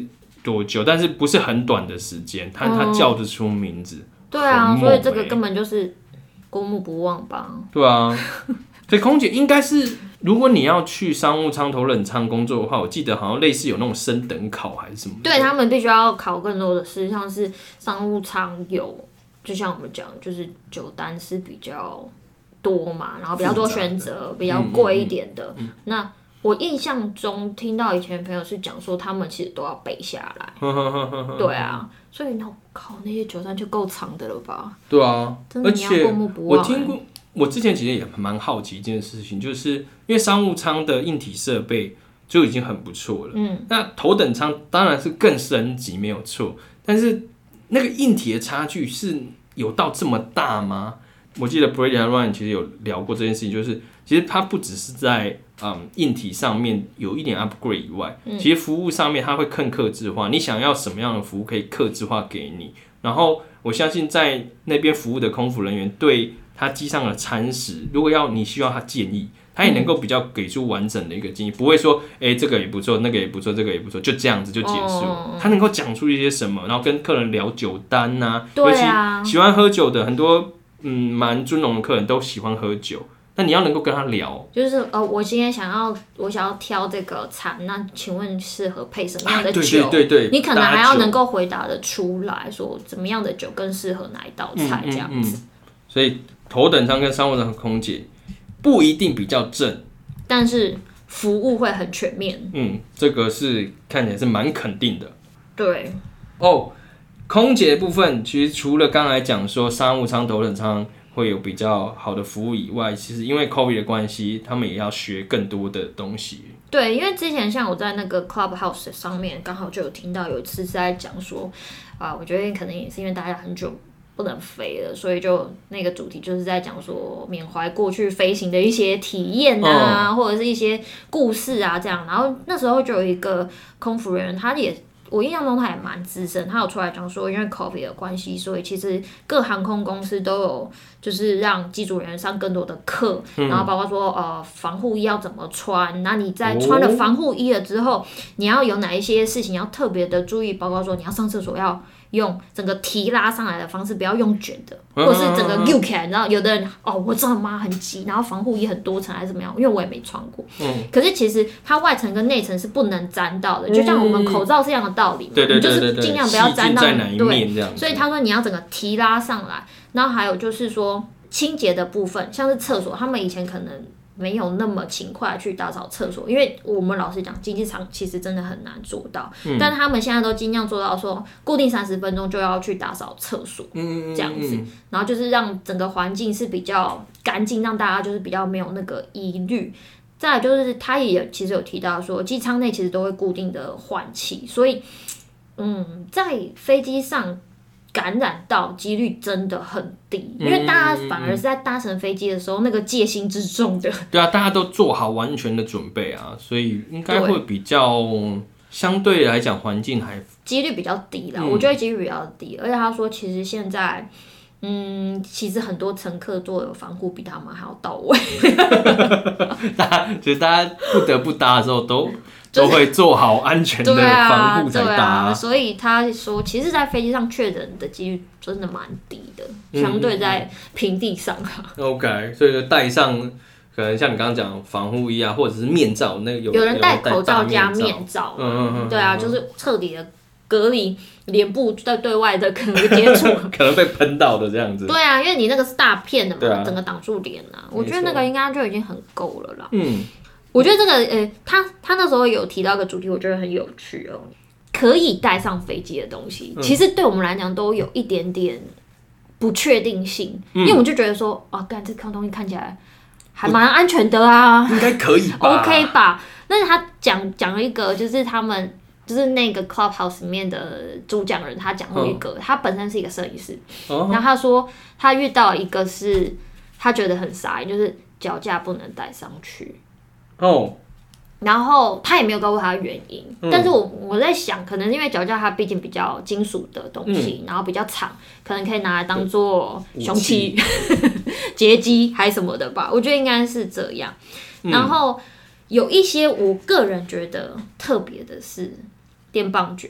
多久，但是不是很短的时间，他、嗯、他叫得出名字。 对啊，所以这个根本就是过目不忘吧。 对啊，所以空姐应该是，如果你要去商务舱、头等舱工作的话，我记得好像类似有那种升等考还是什么的。 对，他们必须要考更多的事，像是商务舱有，就像我们讲，就是酒单是比较多嘛，然后比较多选择，比较贵一点的。嗯嗯嗯、那我印象中听到以前的朋友是讲说，他们其实都要背下来。对啊，所以那考那些酒单就够长的了吧？ 对啊， 真的你要过目不忘、欸。 我听过，我之前其实也蛮好奇一件事情，就是因为商务舱的硬体设备就已经很不错了，嗯，那头等舱当然是更升级没有错，但是那个硬体的差距是有到这么大吗？我记得 Brady 和 Ryan 其实有聊过这件事情，就是其实它不只是在嗯硬体上面有一点 upgrade 以外，嗯、其实服务上面它会更客制化，你想要什么样的服务可以客制化给你。然后我相信在那边服务的空服人员对他机上的餐食，如果要你需要他建议，他也能够比较给出完整的一个建议，不会说哎、欸、这个也不错，那个也不错，这个也不错，就这样子就结束了。他能够讲出一些什么，然后跟客人聊酒单呐、啊， 对啊， 尤其喜欢喝酒的很多。嗯，蛮尊荣的客人都喜欢喝酒，那你要能够跟他聊， 就是呃，我今天想要我想要挑这个餐，那请问适合配什么样的酒？啊、 对对对对， 你可能还要能够回答得出来，说怎么样的酒更适合哪一道菜这样子。嗯嗯嗯、 所以头等舱跟商务舱的空姐不一定比较正， 但是服务会很全面。 嗯，这个是看起来是蛮肯定的。 对。 哦。空姐的部分，其实除了刚才讲说商务舱、头等舱会有比较好的服务以外，其实因为 COVID 的关系，他们也要学更多的东西。 对，因为之前像我在那个 Clubhouse 上面，刚好就有听到有一次是在讲说，啊，我觉得可能也是因为大家很久不能飞了，所以就那个主题就是在讲说缅怀过去飞行的一些体验啊，哦、或者是一些故事啊这样。然后那时候就有一个空服人员，他也。我印象中他也蛮资深，他有出来讲说，因为 COVID 的关系，所以其实各航空公司都有就是让机组人员上更多的课，嗯、然后包括说呃防护衣要怎么穿，那你在穿了防护衣了之后，哦、你要有哪一些事情要特别的注意，包括说你要上厕所要用整个提拉上来的方式，不要用卷的，或者是整个溜起来。然后有的人哦，我真的妈很急，然后防护衣很多层还是怎么样，因为我也没穿过。嗯、可是其实它外层跟内层是不能沾到的，就像我们口罩是一样的道理嘛， 对对对对对， 你就是尽量不要沾到。 对， 所以他说你要整个提拉上来，然后还有就是说清洁的部分，像是厕所，他们以前可能没有那么勤快去打扫厕所，因为我们老实讲，经济舱其实真的很难做到，嗯、但他们现在都尽量做到说，固定三十分钟就要去打扫厕所，嗯、这样子，嗯、然后就是让整个环境是比较干净，让大家就是比较没有那个疑虑。再来就是他也其实有提到说，机舱内其实都会固定的换气，所以，嗯，在飞机上感染到几率真的很低，因为大家反而是在搭乘飞机的时候，那个戒心之重的。 对啊，大家都做好完全的准备啊，所以应该会比较相对来讲环境还几率比较低啦。嗯、我觉得几率比较低，而且他说其实现在。嗯，其实很多乘客做的防护比他们还要到位。 大家其实大家不得不搭的时候都，都都会做好安全的防护才搭。 对啊，对啊，所以他说，其实，在飞机上确诊的几率真的蛮低的，嗯、相对在平地上啊。 OK， 所以就戴上，可能像你刚刚讲防护衣啊，或者是面罩，那个有有人戴口罩加面罩，嗯嗯嗯，对啊，就是彻底的。隔离脸部在对外的可能接触， 可能被喷到的这样子。 对啊，因为你那个是大片的嘛，啊、整个挡住脸啊，我觉得那个应该就已经很够了啦。嗯，我觉得这个呃，他他那时候有提到一个主题，我觉得很有趣哦，可以带上飞机的东西，嗯、其实对我们来讲都有一点点不确定性，嗯、因为我们就觉得说，啊，干这东西看起来还蛮安全的啊， 应该可以吧 ？OK 吧？但是他讲讲了一个，就是他们。就是那个 Clubhouse 里面的主讲人，他讲过一个，哦、他本身是一个摄影师，哦、然后他说他遇到一个是他觉得很傻眼，就是脚架不能带上去。哦，然后他也没有告诉他的原因，嗯、但是我我在想，可能因为脚架它毕竟比较金属的东西，嗯、然后比较长，可能可以拿来当做凶器、劫机还什么的吧，我觉得应该是这样。嗯、然后有一些我个人觉得特别的是。电棒卷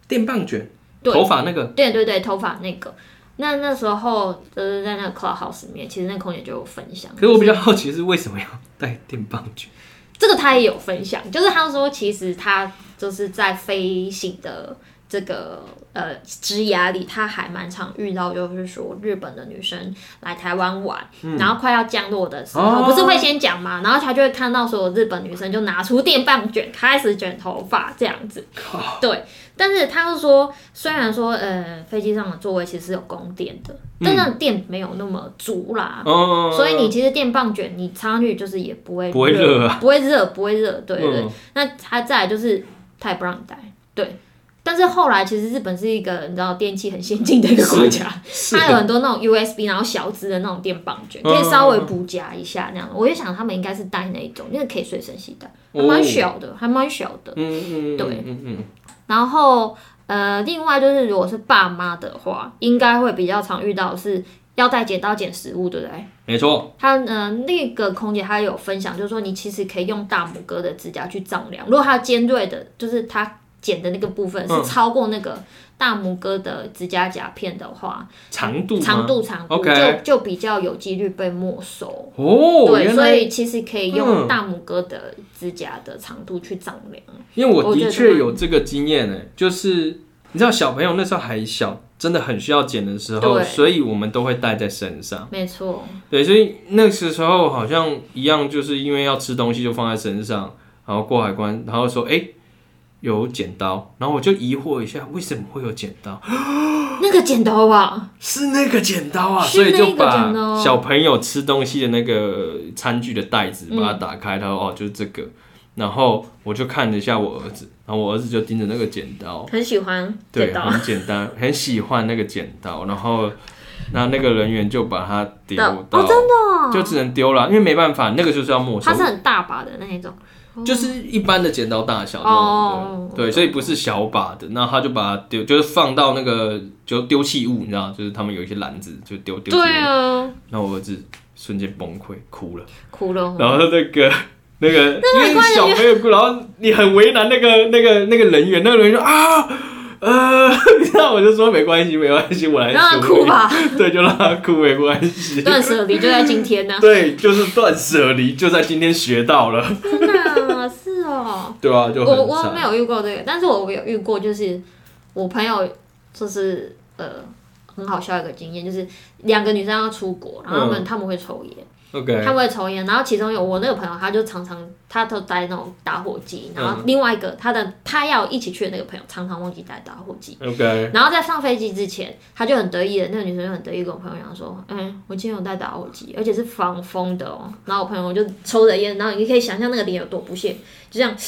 电棒卷，头发那个， 对对对，头发那个。那那时候就是在那个 Clubhouse 里面，其实那空姐就有分享。 可是我比较好奇是为什么要带电棒卷？ 这个他也有分享，就是他说其实他就是在飞行的这个呃职涯里，他还蛮常遇到，就是说日本的女生来台湾玩，嗯、然后快要降落的时候，哦、不是会先讲嘛，然后他就会看到所有日本女生就拿出电棒卷开始卷头发这样子，哦、对。但是他就说，虽然说呃飞机上的座位其实是有供电的，嗯、但那电没有那么足啦，哦、所以你其实电棒卷你插上去就是也不会不会热啊， 不会热，不会热，对对。嗯、那他再来就是他也不让你带，对。但是后来其实日本是一个你知道电器很先进的一个国家，它有很多那种 U S B 然后小支的那种电棒卷，可以稍微补夹一下那样。我就想他们应该是带那一种，因为可以随身携带，还蛮小的，还蛮小的。嗯嗯对，嗯嗯。然后呃，另外就是如果是爸妈的话，应该会比较常遇到的是要带剪刀剪食物，对不对？ 没错。 他呃那个空姐她有分享，就是说你其实可以用大拇哥的指甲去丈量，如果它尖锐的，就是它。剪的那个部分是超过那个大拇哥的指甲甲片的话， 长度长度长度 okay. 就就比较有几率被没收。哦，对，所以其实可以用大拇哥的指甲的长度去丈量。嗯、 因为我的确有这个经验诶，就是你知道小朋友那时候还小，真的很需要剪的时候，所以我们都会带在身上。 没错。 对，所以那时候好像一样，就是因为要吃东西就放在身上，然后过海关，然后说哎。欸有剪刀，然后我就疑惑一下，为什么会有剪刀？ 那个剪刀啊， 是那个剪刀啊，所以就把小朋友吃东西的那个餐具的袋子把它打开，他说、嗯、哦，就是这个。然后我就看了一下我儿子，然后我儿子就盯着那个剪刀， 很喜欢剪刀，对，很简单，很喜欢那个剪刀。然后，然后那个人员就把它丢到， 哦，真的、哦， 就只能丢了，因为没办法，那个就是要没收。 它是很大把的那一种。 就是一般的剪刀大小那种，oh, 对，所以不是小把的。然后他就把它丢，就是放到那个就丢弃物，你知道，就是他们有一些篮子就丢丢弃物。对啊。然后我儿子瞬间崩溃，哭了， 哭了。 然后那个那个因为小朋友哭，然后你很为难那个那个那个人员，那个人员说啊。呃，那我就说没关系，没关系，我来让他哭吧。 对，就让他哭，没关系。 断舍离就在今天呢、啊。 对，就是断舍离，就在今天学到了。 真的是哦。 对啊，就很我我没有遇过这个，但是我有遇过，就是我朋友就是呃很好笑一个经验，就是两个女生要出国，然后他们、嗯、他们会抽烟。 Okay. 他们会抽烟，然后其中有我那个朋友，他就常常他都带那种打火机，然后另外一个他的他要一起去的那个朋友常常忘记带打火机。 Okay. 然后在上飞机之前，他就很得意的，那个女生就很得意跟我朋友讲说：“嗯，我今天有带打火机，而且是防风的哦。”然后我朋友就抽着烟，然后你可以想象那个脸有多不屑，就这样，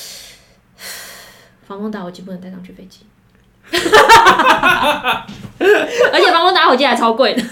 防风打火机不能带上去飞机，而且防风打火机还超贵的。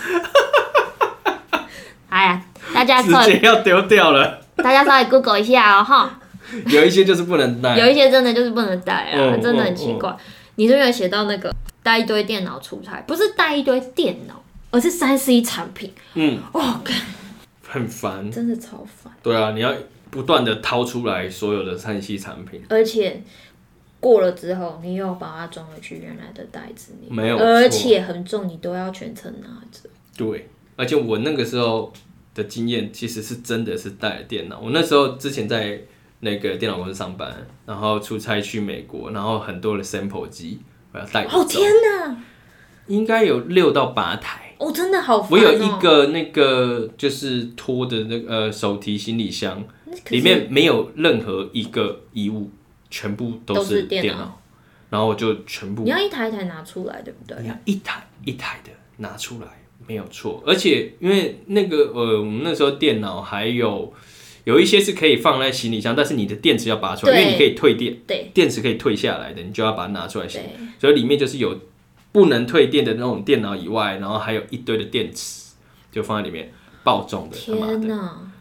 哎呀。大家直接要丢掉了， 大家稍微 Google 一下哦哈。 有一些就是不能带， 有一些真的就是不能带啊，嗯、真的很奇怪。嗯嗯、你是不是有写到那个带一堆电脑出差？不是带一堆电脑，而是三 C 产品。嗯，哦， 很烦， 真的超烦。 对啊，你要不断的掏出来所有的三 C 产品， 而且过了之后，你又把它装回去原来的袋子里， 没有， 而且很重，你都要全程拿着。 对，而且我那个时候。的经验其实是真的是带了电脑。我那时候之前在那个电脑公司上班，然后出差去美国，然后很多的 sample 机我要带着走。 哦天哪！ 应该有六到八台。 哦，真的好烦哦。 我有一个那个就是拖的那个呃手提行李箱，里面没有任何一个衣物，全部都是电脑。电脑然后我就全部。 你要一台一台拿出来，对不对？ 你要一台一台的拿出来。没有错，而且因为那个呃，我们那时候电脑还有有一些是可以放在行李箱，但是你的电池要拔出来，因为你可以退电， 对， 电池可以退下来的，你就要把它拿出来洗。所以里面就是有不能退电的那种电脑以外，然后还有一堆的电池，就放在里面，爆重的， 天哪！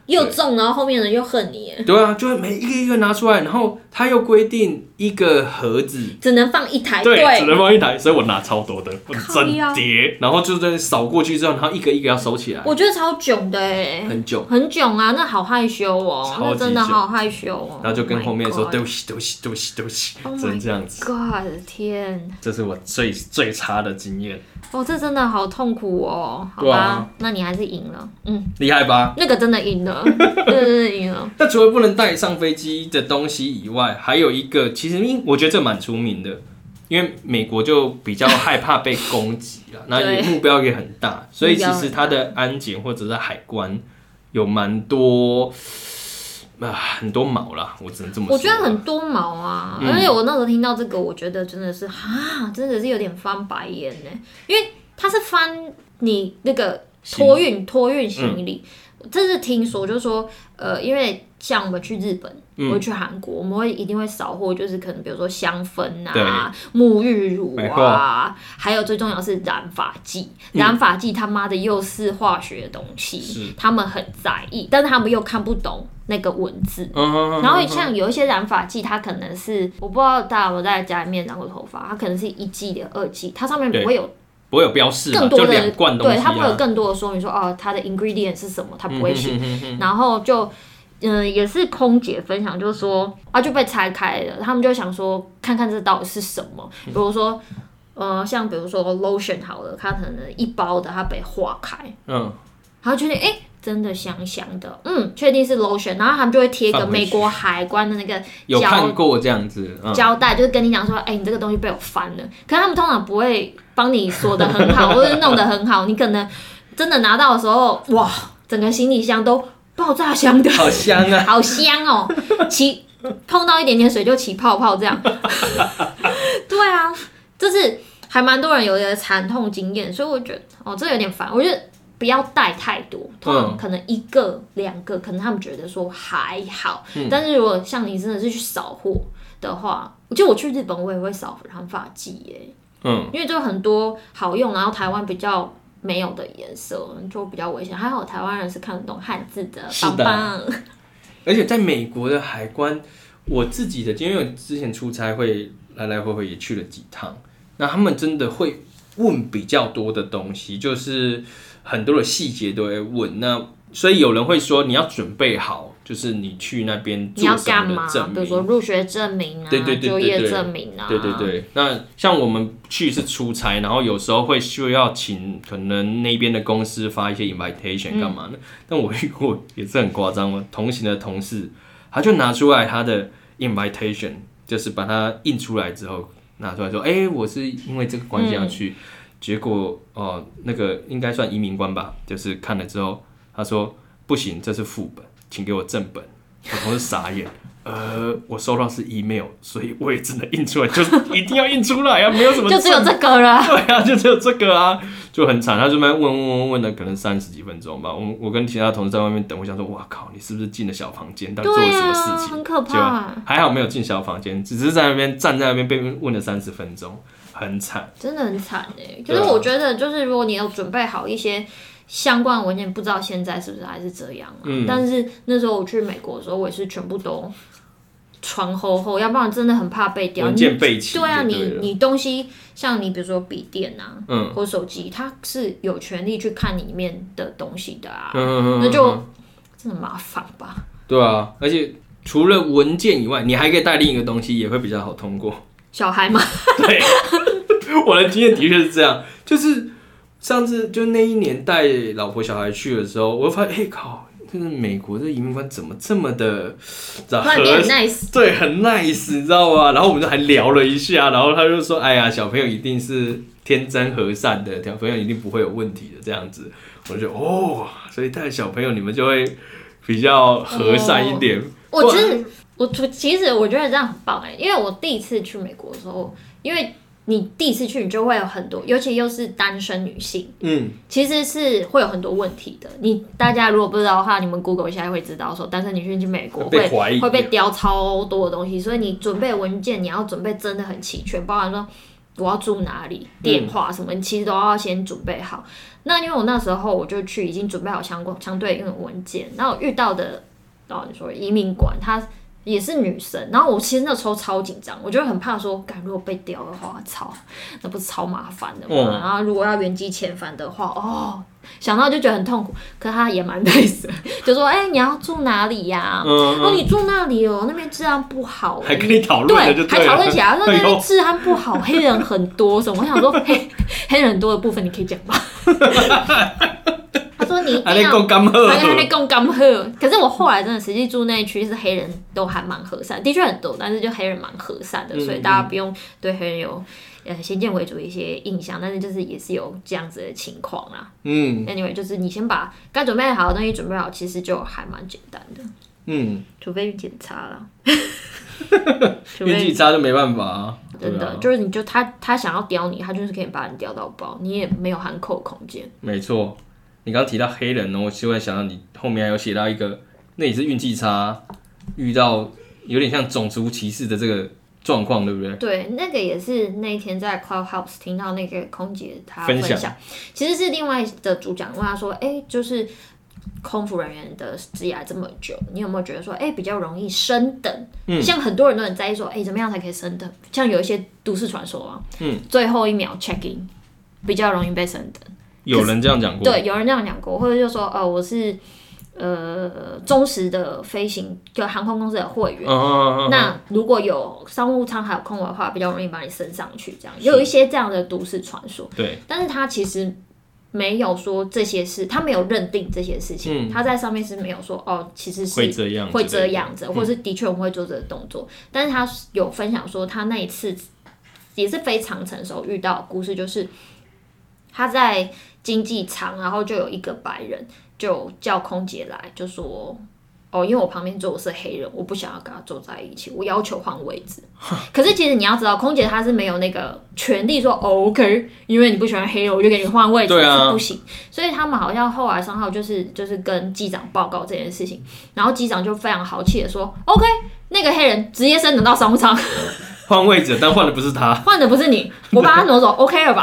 又中，然后后面人又恨你。 对啊，就会每一个一个拿出来，然后他又规定一个盒子只能放一台， 对， 对只能放一台，所以我拿超多的，我整叠，然后就在扫过去之后，然后一个一个要收起来。 我觉得超囧的哎， 很囧， 很囧啊，那好害羞哦，那真的好害羞哦。 然后就跟后面说对不起，对不起，对不起，对不起，只能这样子。 God 天， 这是我最最差的经验。 哦，这真的好痛苦哦。好吧，啊、那你还是赢了，嗯， 厉害吧？ 那个真的赢了，对对对，赢了。 那除了不能带上飞机的东西以外，还有一个，其实我觉得这蛮出名的，因为美国就比较害怕被攻击啦，那目标也很大，所以其实它的安检或者是海关有蛮多。啊，很多毛啦，我只能这么说。 我觉得很多毛啊，嗯、而且我那时候听到这个，我觉得真的是哈，真的是有点翻白眼呢，因为它是翻你那个托运托运行李，嗯、这是听说，就是说，呃，因为像我们去日本，嗯、或者去韩国，我们会一定会扫货，就是可能比如说香氛啊、沐浴乳啊，还有最重要是染发剂。嗯、染发剂他妈的又是化学的东西，他们很在意，但是他们又看不懂那个文字。嗯、然后像有一些染发剂，它可能是我不知道大家有没有在家里面染过头发，它可能是一剂的、二剂，它上面不会有。 不会有标示， 更多的两罐东西、啊， 对，它不会有更多的说明说哦，它的 ingredient 是什么，它不会写。嗯、哼哼哼然后就，嗯、呃，也是空姐分享，就是说啊，就被拆开了，他们就想说看看这到底是什么，比如说，呃，像比如说 lotion 好了，它可能一包的它被化开，嗯，然后觉得哎。欸真的香香的，嗯，确定是 lotion， 然后他们就会贴一个美国海关的那个有看过这样子、嗯、 胶带，就是跟你讲说，哎、欸，你这个东西被我翻了。可是他们通常不会帮你锁得很好，或者弄得很好，你可能真的拿到的时候，哇，整个行李箱都爆炸香的， 好香啊， 好香哦，起碰到一点点水就起泡泡这样。对啊，就是还蛮多人有的惨痛经验，所以我觉得哦，这有点烦，我觉得。不要带太多，通常可能一个两个，可能他们觉得说还好。嗯、但是如果像你真的是去扫货的话，就我去日本我也会扫染发剂耶，嗯，因为就很多好用，然后台湾比较没有的颜色，就比较危险。还好台湾人是看得懂汉字的，棒棒。 而且在美国的海关，我自己的，因为我之前出差会来来回回也去了几趟，那他们真的会问比较多的东西，就是。很多的细节都会问，那所以有人会说你要准备好，就是你去那边做什么的证明， 比如说入学证明啊， 对对对对对， 就业证明啊， 对对对。那像我们去是出差，然后有时候会需要请可能那边的公司发一些 invitation 干嘛呢？嗯、但我遇过也是很夸张哦，同行的同事他就拿出来他的 invitation， 就是把它印出来之后拿出来说，哎、欸，我是因为这个关系要去。嗯结果哦、呃，那个应该算移民官吧，就是看了之后，他说不行，这是副本，请给我正本。我同事傻眼，呃，我收到是 email， 所以我也只能印出来，就是一定要印出来啊，没有什么， 就只有这个了。 对啊，就只有这个啊，就很惨。他这边问问问问了，可能三十几分钟吧。我我跟其他同事在外面等，我想说，哇靠，你是不是进了小房间？到底做了什么事情？ 啊、很可怕。 还好没有进小房间，只是在那边站在那边被问了三十分钟。很惨， 真的很惨哎！可是我觉得，就是如果你有准备好一些相关文件，不知道现在是不是还是这样啊？嗯、但是那时候我去美国的时候，我也是全部都传厚厚，要不然真的很怕被叼。 文件备齐。 对啊，你你东西像你比如说笔电啊，嗯，或手机，它是有权利去看里面的东西的啊，嗯、那就真的麻烦吧？ 对啊，而且除了文件以外，你还可以带另一个东西，也会比较好通过。 小孩吗？ 对，我的经验的确是这样。就是上次就那一年带老婆小孩去的时候，我发现，哎、欸、靠，这个美国的移民官怎么这么的， 突然变很 nice， 对，很 nice， 你知道吗？然后我们就还聊了一下，然后他就说，哎呀，小朋友一定是天真和善的，小朋友一定不会有问题的这样子。我就哦，所以带小朋友你们就会比较和善一点。 哦、我觉得。我其实我觉得这样很棒哎，因为我第一次去美国的时候，因为你第一次去，你就会有很多，尤其又是单身女性，嗯，其实是会有很多问题的。你大家如果不知道的话，你们 Google 一下会知道说，单身女性去美国会会被叼超多的东西，所以你准备文件你要准备真的很齐全，包含说我要住哪里，电话什么，你其实都要先准备好。那因为我那时候我就去已经准备好相关相对应的文件，然后我遇到的哦你说移民官她也是女生，然后我其实那时候超紧张，我就很怕说，干如果被刁的话，操，那不是超麻烦的吗？嗯、然后如果要原机遣返的话，哦，想到就觉得很痛苦。可是他也蛮 nice 的，就说，哎、欸，你要住哪里呀、啊？嗯、哦，你住那里哦，那边治安不好， 还跟你讨论， 对，还讨论起来，说那边治安不好，黑人很多什么。我想说，黑黑人很多的部分你可以讲吗？他说你一定要，还在讲甘蔗。可是我后来真的实际住那一区是黑人都还蛮和善，的确很多，但是就黑人蛮和善的，嗯、所以大家不用对黑人有呃先见为主的一些印象，但是就是也是有这样子的情况啦。嗯 ，anyway 就是你先把该准备好的东西准备好，其实就还蛮简单的。嗯，除非运气差啦。 运气差就没办法啊。 真的，啊、就是你就他他想要刁你，他就是可以把你刁到爆，你也没有含扣空间。 没错。你刚刚提到黑人呢，我就会想到你后面还有写到一个，那也是运气差，遇到有点像种族歧视的这个状况，对不对？ 对，那个也是那一天在 Clubhouse 听到那个空姐她分享，分享其实是另外的主讲问她说，哎、欸，就是空服人员的职业这么久，你有没有觉得说，哎、欸，比较容易升等？嗯，像很多人都很在意说，哎、欸，怎么样才可以升等？像有一些都市传说啊，嗯，最后一秒 check in 比较容易被升等。 有人这样讲过， 对，有人这样讲过，或者就说，呃，我是呃忠实的飞行就航空公司的会员，哦、那如果有商务舱还有空位的话，比较容易把你升上去，这样有一些这样的都市传说， 对， 但是他其实没有说这些事，他没有认定这些事情，嗯、他在上面是没有说哦，其实是会这样会这样子，或者是的确我们会做这个动作，嗯、但是他有分享说他那一次也是非常成熟遇到的故事，就是他在经济舱，然后就有一个白人就叫空姐来，就说：“哦，因为我旁边坐的是黑人，我不想要跟他坐在一起，我要求换位置。”可是其实你要知道，空姐她是没有那个权利说、哦、：“OK， 因为你不喜欢黑人，我就给你换位置。”对啊，是不行。所以他们好像后来商号就是就是跟机长报告这件事情，然后机长就非常豪气的说 ：“OK， 那个黑人直接升等到商务舱。” 换位置，但换的不是他， 换的不是你，我把他挪走，OK 了吧？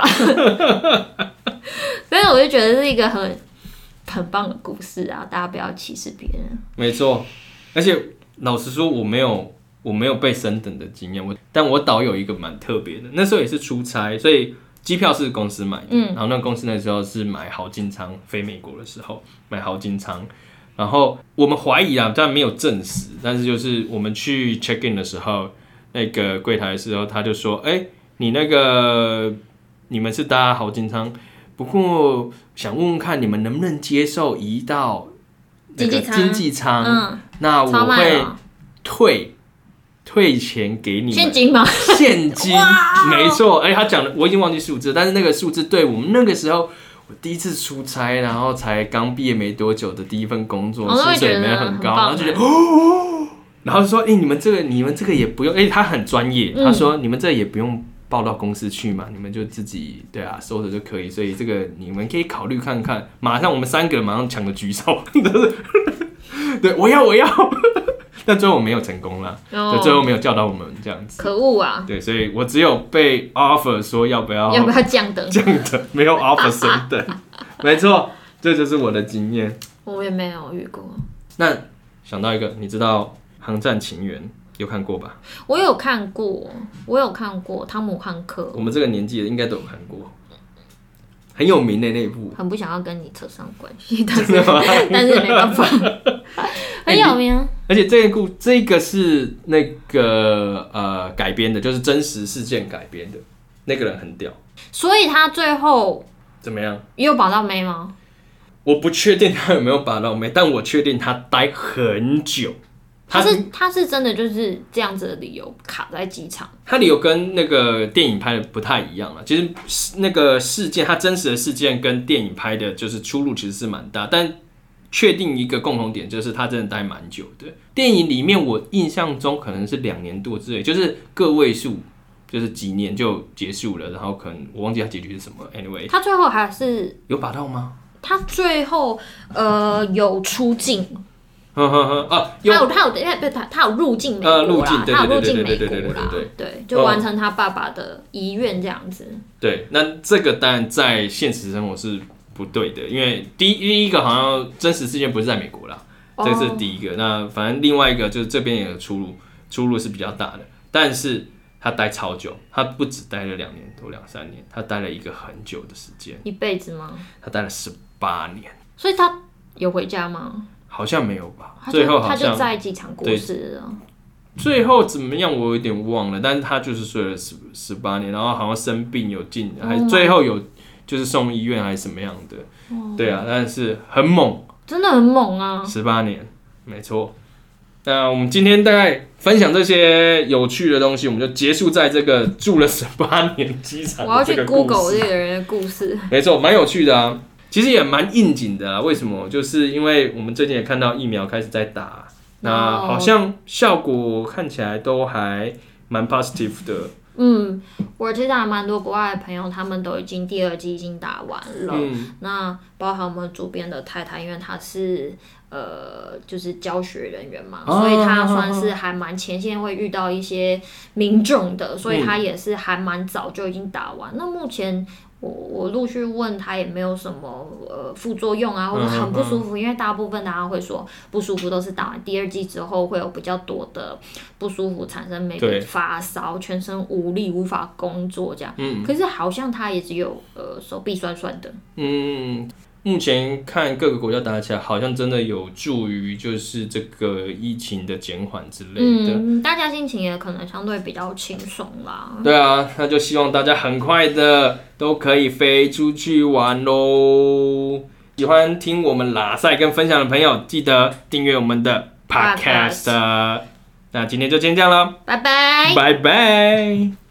所以我就觉得是一个很很棒的故事啊！大家不要歧视别人。 没错，而且老实说，我没有我没有被升等的经验，我但我导有一个蛮特别的，那时候也是出差，所以机票是公司买的，嗯、然后那个公司那时候是买豪金舱飞美国的时候买豪金舱，然后我们怀疑啊，但没有证实，但是就是我们去 check in 的时候。那个柜台的时候，他就说：“哎、欸，你那个你们是搭豪金舱，不过想问问看，你们能不能接受移到那个经济舱？嗯，那我会退退钱给你们现金吗？ 现金，没错。哎、欸，他讲的我已经忘记数字，但是那个数字对我们那个时候。”我第一次出差，然后才刚毕业没多久的第一份工作，薪水也没有很高，然后就觉得哦，然后就说：“哎、欸，你们这个，你们这个也不用，哎、欸，他很专业，嗯、他說你们这个也不用报到公司去嘛，你们就自己对啊收着就可以，所以这个你们可以考虑看看。”马上我们三个人马上抢着举手，对，我要我要，但最后我没有成功啦，哦、最后没有叫到我们这样子。 可恶啊！ 对，所以我只有被 offer 说要不要要不要降等， 降等没有 offer 升等，没错，这就是我的经验。 我也没有遇过。 那想到一个，你知道《航站情缘》有看过吧？ 我有看过，我有看过汤姆汉克。 我们这个年纪的应该都有看过。很有名的那一部， 很不想要跟你扯上关系，但是但是没办法，很有名、啊。 而且这个故这个是那个呃改编的，就是真实事件改编的，那个人很屌。 所以他最后怎么样？ 也有把到妹吗？ 我不确定他有没有把到妹，但我确定他待很久。 他是他是真的就是这样子的理由卡在机场， 他理由跟那个电影拍的不太一样了。其实那个事件，他真实的事件跟电影拍的就是出入其实是蛮大，但确定一个共同点就是他真的待蛮久的。电影里面我印象中可能是两年多之类，就是个位数，就是几年就结束了，然后可能我忘记他结局是什么。Anyway， 他最后还是有把到吗？ 他最后呃有出境。 呵呵呵啊， 他有他有因为他他有入境美国啦， 入境他有入境美对国啦， 对对，就完成他爸爸的遗愿这样子。 对，那这个当然在现实生活是不对的，因为第一第一个好像真实事件不是在美国啦，这个是第一个。那反正另外一个就是这边也有出入，出入是比较大的，但是他待超久，他不止待了两年多两三年，他待了一个很久的时间， 一辈子吗？ 他待了十八年， 所以他有回家吗？ 好像没有吧？ 他最后好像他就在机场过世了。 最后怎么样我有点忘了，但是他就是睡了十十八年，然后好像生病有进，还最后有就是送医院还是什么样的，哦、对啊，但是很猛， 真的很猛啊， 十八年，没错。那我们今天大概分享这些有趣的东西，我们就结束在这个住了十八年机场的这个故事。 我要去 Google 这个人的故事， 没错，蛮有趣的啊。其实也蛮应景的啊，为什么？就是因为我们最近也看到疫苗开始在打，那好像效果看起来都还蛮 positive 的。 嗯，我其实还蛮多国外的朋友，他们都已经第二剂已经打完了。嗯、那包含我们主编的太太，因为她是呃就是教学人员嘛，哦、所以她算是还蛮前线会遇到一些民众的，所以她也是还蛮早就已经打完。嗯、那目前。我我陆续问他也没有什么呃副作用啊，或者很不舒服，嗯嗯嗯因为大部分大家会说不舒服都是打完第二剂之后会有比较多的不舒服产生，每个发烧、全身无力、无法工作这样。嗯、可是好像他也只有呃手臂酸酸的。 嗯。目前看各个国家打起来，好像真的有助于就是这个疫情的减缓之类的。 嗯，大家心情也可能相对比较轻松啦。 对啊，那就希望大家很快的都可以飞出去玩咯。喜欢听我们拉赛跟分享的朋友，记得订阅我们的 Podcast。那今天就先这样了， 拜拜， 拜拜。